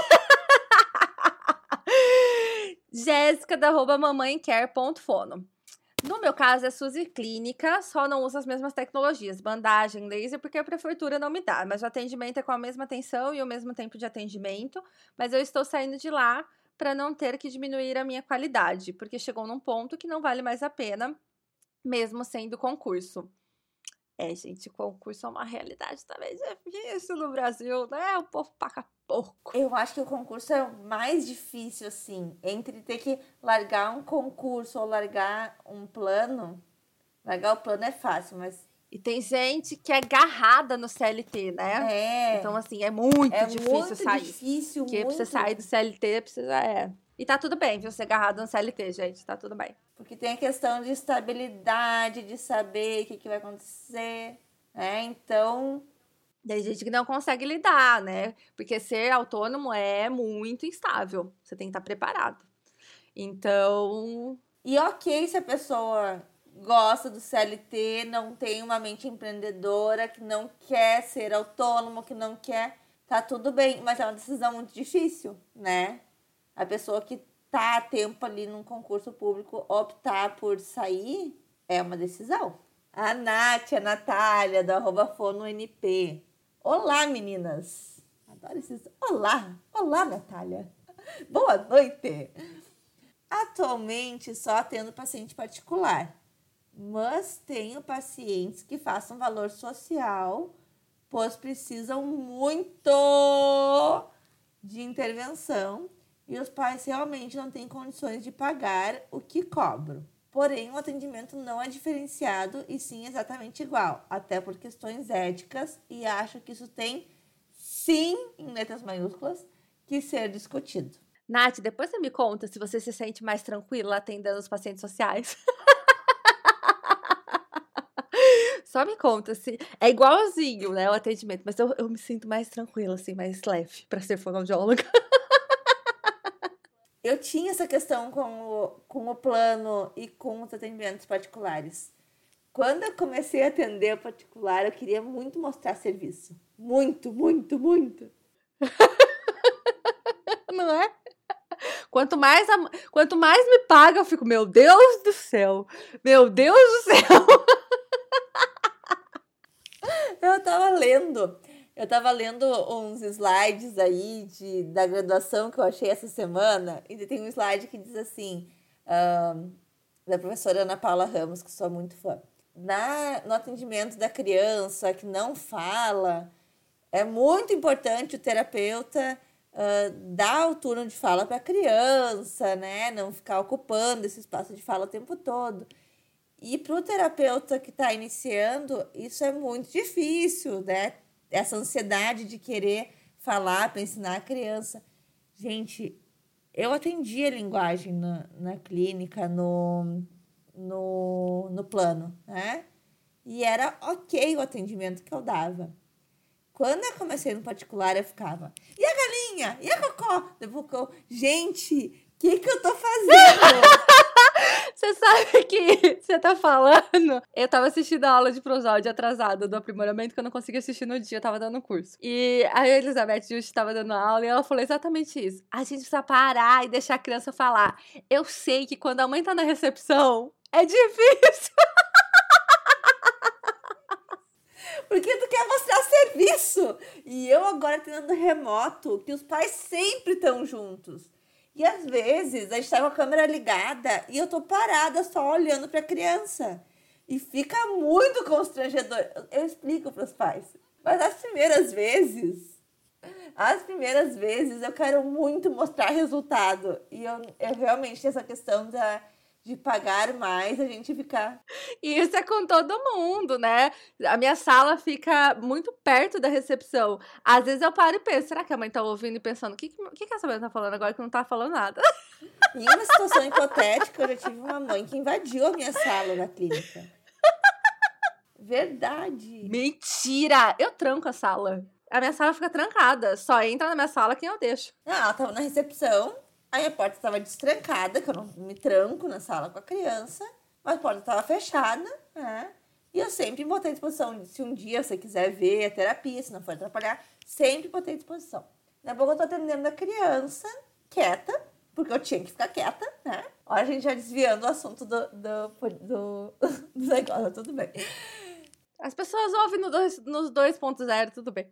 Jéssica, da arroba mamãecare.fono. No meu caso, é SUS e clínica, só não usa as mesmas tecnologias, bandagem, laser, porque a prefeitura não me dá. Mas o atendimento é com a mesma atenção e o mesmo tempo de atendimento. Mas eu estou saindo de lá para não ter que diminuir a minha qualidade, porque chegou num ponto que não vale mais a pena, mesmo sendo concurso. É, gente, concurso é uma realidade também difícil no Brasil, né? O povo paga pouco. Eu acho que o concurso é o mais difícil, assim. Entre ter que largar um concurso ou largar um plano. Largar o plano é fácil, mas... E tem gente que é agarrada no C L T, né? É. Então, assim, é muito é difícil muito sair. difícil, Porque muito... pra você sair do C L T, precisa... É. E tá tudo bem, viu? Ser agarrado no C L T, gente. Tá tudo bem. Porque tem a questão de estabilidade, de saber o que, que vai acontecer, né? Então... Tem gente que não consegue lidar, né? Porque ser autônomo é muito instável. Você tem que estar preparado. Então... E ok se a pessoa gosta do C L T, não tem uma mente empreendedora, que não quer ser autônomo, que não quer... Tá tudo bem, mas é uma decisão muito difícil, né? A pessoa que tá a tempo ali num concurso público optar por sair é uma decisão. A Nath, a Natália, do arroba FonoNP. Olá, meninas. Adoro esses... Olá. Olá, Natália. Boa noite. Atualmente, só atendo paciente particular. Mas tenho pacientes que façam valor social, pois precisam muito de intervenção e os pais realmente não têm condições de pagar o que cobro. Porém, o atendimento não é diferenciado e sim exatamente igual, até por questões éticas, e acho que isso tem, sim, em letras maiúsculas, que ser discutido. Nath, depois você me conta se você se sente mais tranquila atendendo os pacientes sociais. Só me conta se é igualzinho, né, o atendimento, mas eu, eu me sinto mais tranquila, assim, mais leve para ser fonoaudióloga. Eu tinha essa questão com o, com o plano e com os atendimentos particulares. Quando eu comecei a atender o particular, eu queria muito mostrar serviço. Muito, muito, muito. Não é? Quanto mais, a, quanto mais me paga, eu fico, meu Deus do céu. Meu Deus do céu. Eu tava lendo, eu tava lendo uns slides aí de, da graduação que eu achei essa semana, e tem um slide que diz assim, um, da professora Ana Paula Ramos, que sou muito fã. Na, no atendimento da criança que não fala, é muito importante o terapeuta uh, dar o turno de fala para a criança, né? Não ficar ocupando esse espaço de fala o tempo todo. E para o terapeuta que está iniciando, isso é muito difícil, né? Essa ansiedade de querer falar para ensinar a criança. Gente, eu atendi a linguagem na, na clínica, no, no, no plano, né? E era ok o atendimento que eu dava. Quando eu comecei no particular, eu ficava, e a galinha? E a cocó? Depois eu, gente, o que que eu tô fazendo? Você sabe que você tá falando? Eu tava assistindo a aula de prosódia atrasada do aprimoramento, que eu não consegui assistir no dia, eu tava dando curso. E a Elizabeth Just tava dando aula e ela falou exatamente isso. A gente precisa parar e deixar a criança falar. Eu sei que quando a mãe tá na recepção, é difícil. Porque tu quer mostrar serviço. E eu agora tendo remoto, que os pais sempre estão juntos. E às vezes a gente tá com a câmera ligada e eu tô parada só olhando pra criança. E fica muito constrangedor. Eu explico pros pais. Mas as primeiras vezes, as primeiras vezes eu quero muito mostrar resultado. E eu, eu realmente tenho essa questão da... de pagar mais, a gente ficar... E isso é com todo mundo, né? A minha sala fica muito perto da recepção. Às vezes eu paro e penso, será que a mãe tá ouvindo e pensando, o que, que, que essa mãe tá falando agora que não tá falando nada? Em uma situação hipotética, eu já tive uma mãe que invadiu a minha sala na clínica. Verdade. Mentira! Eu tranco a sala. A minha sala fica trancada. Só entra na minha sala quem eu deixo. Não, ela tava na recepção... Aí a porta estava destrancada, que eu não me tranco na sala com a criança, mas a porta estava fechada, né? E eu sempre botei à disposição. Se um dia você quiser ver a terapia, se não for atrapalhar, sempre botei à disposição. Daqui a pouco eu tô atendendo a criança, quieta, porque eu tinha que ficar quieta, né? Olha, a gente já desviando o assunto do, do, do, do negócio, tudo bem. As pessoas ouvem no dois, nos dois ponto zero, tudo bem.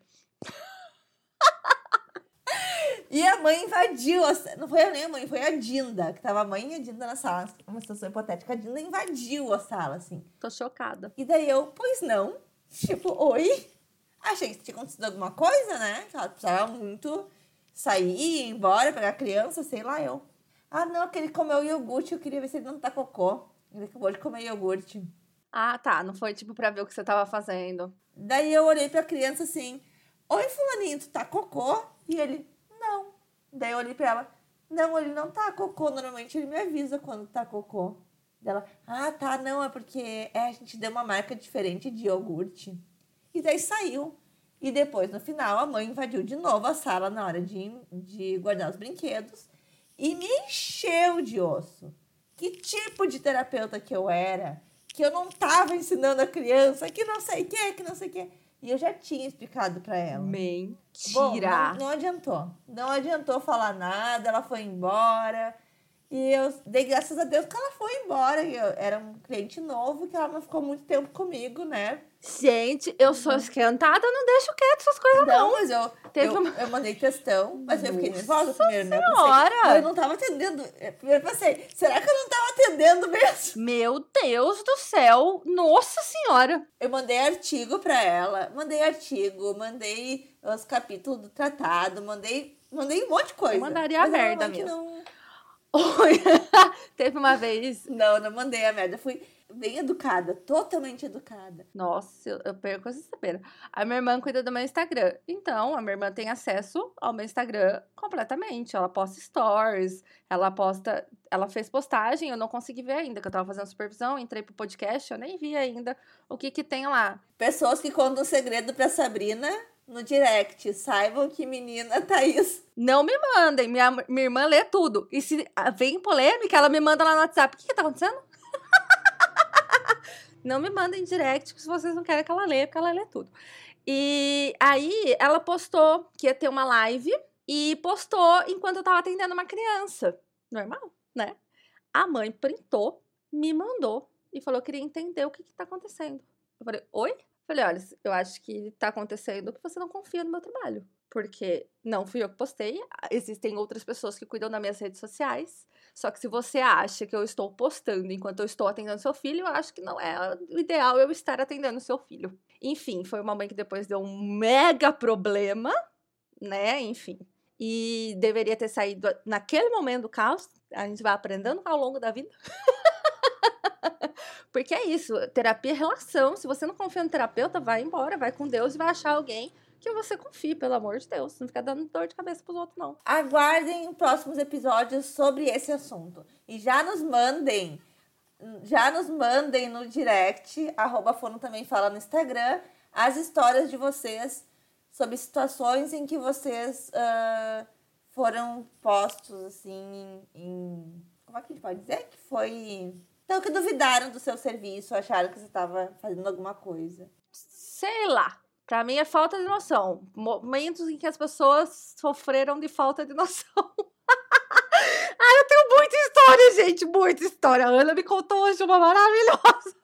E a mãe invadiu, a, não foi nem a mãe, foi a Dinda, que tava a mãe e a Dinda na sala, uma situação hipotética. A Dinda invadiu a sala, assim. Tô chocada. E daí eu, pois não, tipo, oi? Achei que tinha acontecido alguma coisa, né? Que ela precisava muito sair, ir embora, pegar a criança, sei lá, eu. Ah, não, que ele comeu iogurte, eu queria ver se ele não tá cocô. Ele acabou de comer iogurte. Ah, tá, não foi tipo pra ver o que você tava fazendo. Daí eu olhei pra criança assim, oi, fulaninho, tu tá cocô? E ele, não. Daí eu olhei pra ela, não, ele não tá cocô, normalmente ele me avisa quando tá cocô. Dela, ah, tá, não, é porque é, a gente deu uma marca diferente de iogurte. E daí saiu. E depois, no final, a mãe invadiu de novo a sala na hora de, de guardar os brinquedos e me encheu de osso. Que tipo de terapeuta que eu era, que eu não tava ensinando a criança, que não sei o que, que não sei o que. E eu já tinha explicado pra ela. Mentira! Bom, não, não adiantou. Não adiantou falar nada, ela foi embora. E eu dei graças a Deus que ela foi embora. Eu era um cliente novo, que ela não ficou muito tempo comigo, né? Gente, eu sou esquentada, eu não deixo quieto essas coisas, não. Não, mas eu, Teve eu, uma- eu mandei questão, mas eu fiquei Nossa nervosa primeiro, né? Eu pensei, Senhora! "Ah, eu não tava atendendo. Primeiro eu pensei, será que eu não tava atendendo mesmo? Meu Deus do céu! Nossa Senhora! Eu mandei artigo pra ela, mandei artigo, mandei os capítulos do tratado, mandei, mandei um monte de coisa. Eu mandaria a Mas ela merda não, que mesmo. Não, Oi. Teve uma vez... não, não mandei a merda. Eu fui bem educada, totalmente educada. Nossa, eu, eu perco essa saber. A minha irmã cuida do meu Instagram. Então, a minha irmã tem acesso ao meu Instagram completamente. Ela posta stories, ela posta... Ela fez postagem, eu não consegui ver ainda, que eu tava fazendo supervisão, entrei pro podcast, eu nem vi ainda o que que tem lá. Pessoas que contam um segredo pra Sabrina no direct. Saibam que menina Thaís. Não me mandem, minha, minha irmã lê tudo. E se ah, vem polêmica, ela me manda lá no WhatsApp. O que que tá acontecendo? Não me mandem direct se vocês não querem que ela leia, porque ela lê tudo. E aí, ela postou que ia ter uma live e postou enquanto eu tava atendendo uma criança. Normal, né? A mãe printou, me mandou e falou que queria entender o que que tá acontecendo. Eu falei, oi? Falei, olha, eu acho que tá acontecendo que você não confia no meu trabalho. Porque não fui eu que postei, existem outras pessoas que cuidam das minhas redes sociais. Só que se você acha que eu estou postando enquanto eu estou atendendo seu filho, eu acho que não é o ideal eu estar atendendo seu filho. Enfim, foi uma mãe que depois deu um mega problema, né? Enfim. E deveria ter saído naquele momento do caos. A gente vai aprendendo ao longo da vida. Porque é isso, terapia é relação. Se você não confia no terapeuta, vai embora, vai com Deus e vai achar alguém que você confie, pelo amor de Deus. Não fica dando dor de cabeça pros outros, não. Aguardem próximos episódios sobre esse assunto. E já nos mandem, já nos mandem no direct, arroba Fono também fala no Instagram, as histórias de vocês sobre situações em que vocês uh, foram postos, assim, em... Como é que a gente pode dizer? Que foi... Então, que duvidaram do seu serviço, acharam que você estava fazendo alguma coisa. Sei lá. Pra mim é falta de noção. Momentos em que as pessoas sofreram de falta de noção. Ai, eu tenho muita história, gente. Muita história. A Ana me contou hoje uma maravilhosa.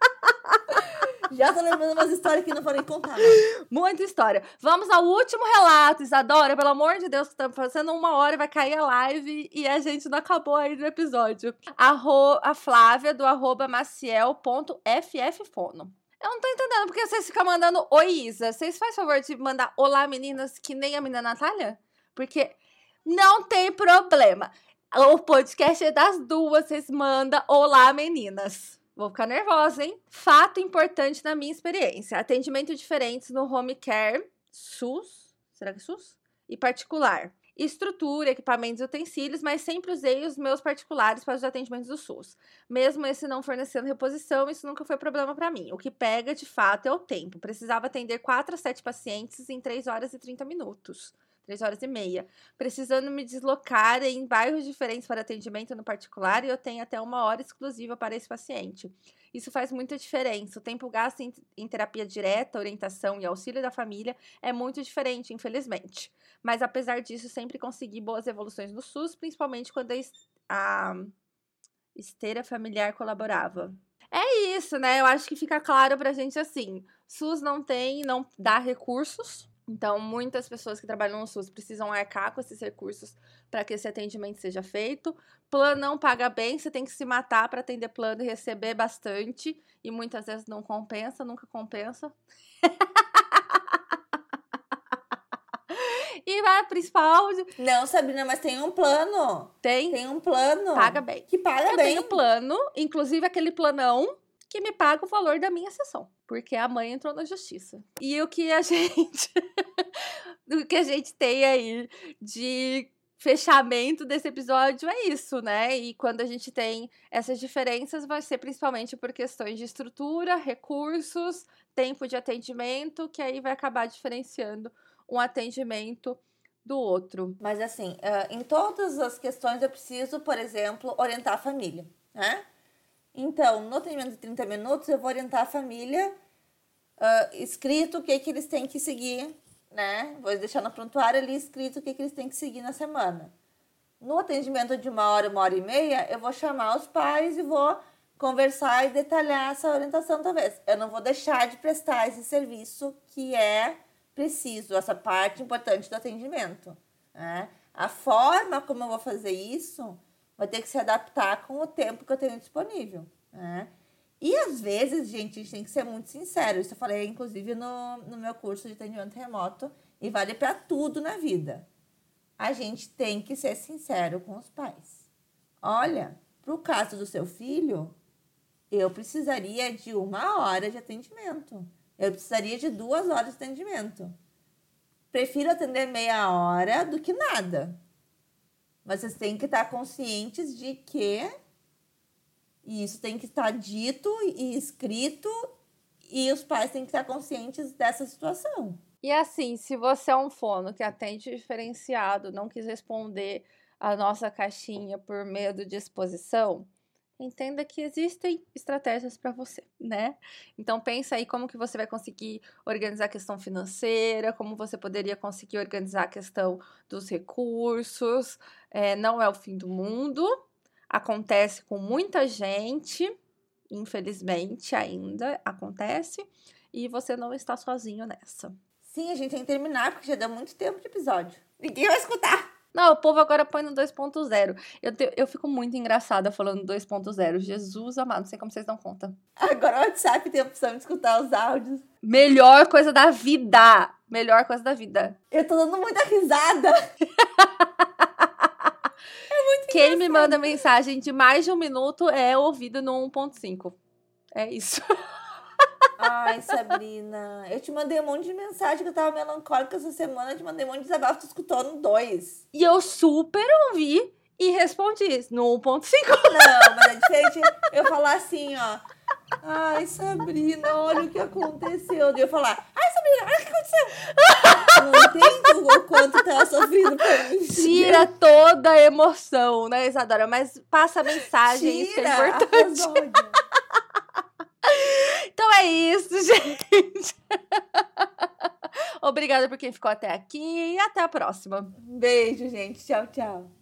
Já tô lembrando umas histórias que não vou nem contar. Não. Muita história. Vamos ao último relato, Isadora. Pelo amor de Deus, que estamos fazendo uma hora, vai cair a live e a gente não acabou aí no episódio. Arro, a Flávia, do arroba maciel ponto fffono. Eu não tô entendendo porque vocês ficam mandando oi, Isa. Vocês fazem favor de mandar olá, meninas, que nem a menina Natália? Porque não tem problema. O podcast é das duas, vocês mandam olá, meninas. Vou ficar nervosa, hein? Fato importante na minha experiência. Atendimento diferentes no home care, SUS, será que é SUS? E particular. Estrutura, equipamentos e utensílios, mas sempre usei os meus particulares para os atendimentos do SUS. Mesmo esse não fornecendo reposição, isso nunca foi problema para mim. O que pega, de fato, é o tempo. Precisava atender quatro a sete pacientes em três horas e trinta minutos. três horas e meia, precisando me deslocar em bairros diferentes para atendimento no particular e eu tenho até uma hora exclusiva para esse paciente. Isso faz muita diferença. O tempo gasto em, em terapia direta, orientação e auxílio da família é muito diferente, infelizmente. Mas, apesar disso, sempre consegui boas evoluções no SUS, principalmente quando a esteira familiar colaborava. É isso, né? Eu acho que fica claro pra gente assim, SUS não tem, não dá recursos, então muitas pessoas que trabalham no SUS precisam arcar com esses recursos para que esse atendimento seja feito. Plano não paga bem, você tem que se matar para atender plano e receber bastante, e muitas vezes não compensa, nunca compensa. E a principal... Não, Sabrina, mas tem um plano. Tem? Tem um plano. Paga bem. Que paga eu bem. Eu tenho plano, inclusive aquele planão que me paga o valor da minha sessão. Porque a mãe entrou na justiça. E o que a gente... o que a gente tem aí de fechamento desse episódio é isso, né? E quando a gente tem essas diferenças, vai ser principalmente por questões de estrutura, recursos, tempo de atendimento, que aí vai acabar diferenciando um atendimento do outro. Mas assim, uh, em todas as questões eu preciso, por exemplo, orientar a família, né? Então, no atendimento de trinta minutos, eu vou orientar a família uh, escrito o que, que eles têm que seguir, né? Vou deixar no prontuário ali escrito o que, que eles têm que seguir na semana. No atendimento de uma hora, uma hora e meia, eu vou chamar os pais e vou conversar e detalhar essa orientação, talvez. Eu não vou deixar de prestar esse serviço que é preciso, essa parte importante do atendimento, né? A forma como eu vou fazer isso vai ter que se adaptar com o tempo que eu tenho disponível, né? E às vezes, gente, a gente tem que ser muito sincero. Isso eu falei, inclusive, no, no meu curso de atendimento remoto, e vale para tudo na vida. A gente tem que ser sincero com os pais. Olha, pro caso do seu filho, eu precisaria de uma hora de atendimento. Eu precisaria de duas horas de atendimento. Prefiro atender meia hora do que nada. Mas vocês têm que estar conscientes de que isso tem que estar dito e escrito, e os pais têm que estar conscientes dessa situação. E assim, se você é um fono que atende diferenciado, não quis responder a nossa caixinha por medo de exposição, entenda que existem estratégias para você, né? Então pensa aí como que você vai conseguir organizar a questão financeira, como você poderia conseguir organizar a questão dos recursos. É, não é o fim do mundo, acontece com muita gente, infelizmente ainda acontece, e você não está sozinho nessa. Sim, a gente tem que terminar, porque já deu muito tempo de episódio. Ninguém vai escutar. Não, o povo agora põe no dois ponto zero. Eu, te, eu fico muito engraçada falando dois ponto zero. Jesus amado, não sei como vocês dão conta. Agora o WhatsApp tem a opção de escutar os áudios. Melhor coisa da vida. Melhor coisa da vida. Eu tô dando muita risada. É muito Quem engraçado. me manda mensagem de mais de um minuto é ouvido no um ponto cinco. É isso. Ai, Sabrina, eu te mandei um monte de mensagem que eu tava melancólica essa semana, eu te mandei um monte de desabafo, tu escutou no dois. E eu super ouvi e respondi no um ponto cinco. Não, mas é diferente eu falar assim, ó. Ai, Sabrina, olha o que aconteceu. E eu falar, ai, Sabrina, olha o que aconteceu. Não entendo o quanto tava sofrendo pra mim. Tira toda a emoção, né, Isadora? Mas passa a mensagem, isso que é importante. Então é isso, gente. Obrigada por quem ficou até aqui e até a próxima. Beijo, gente. Tchau, tchau.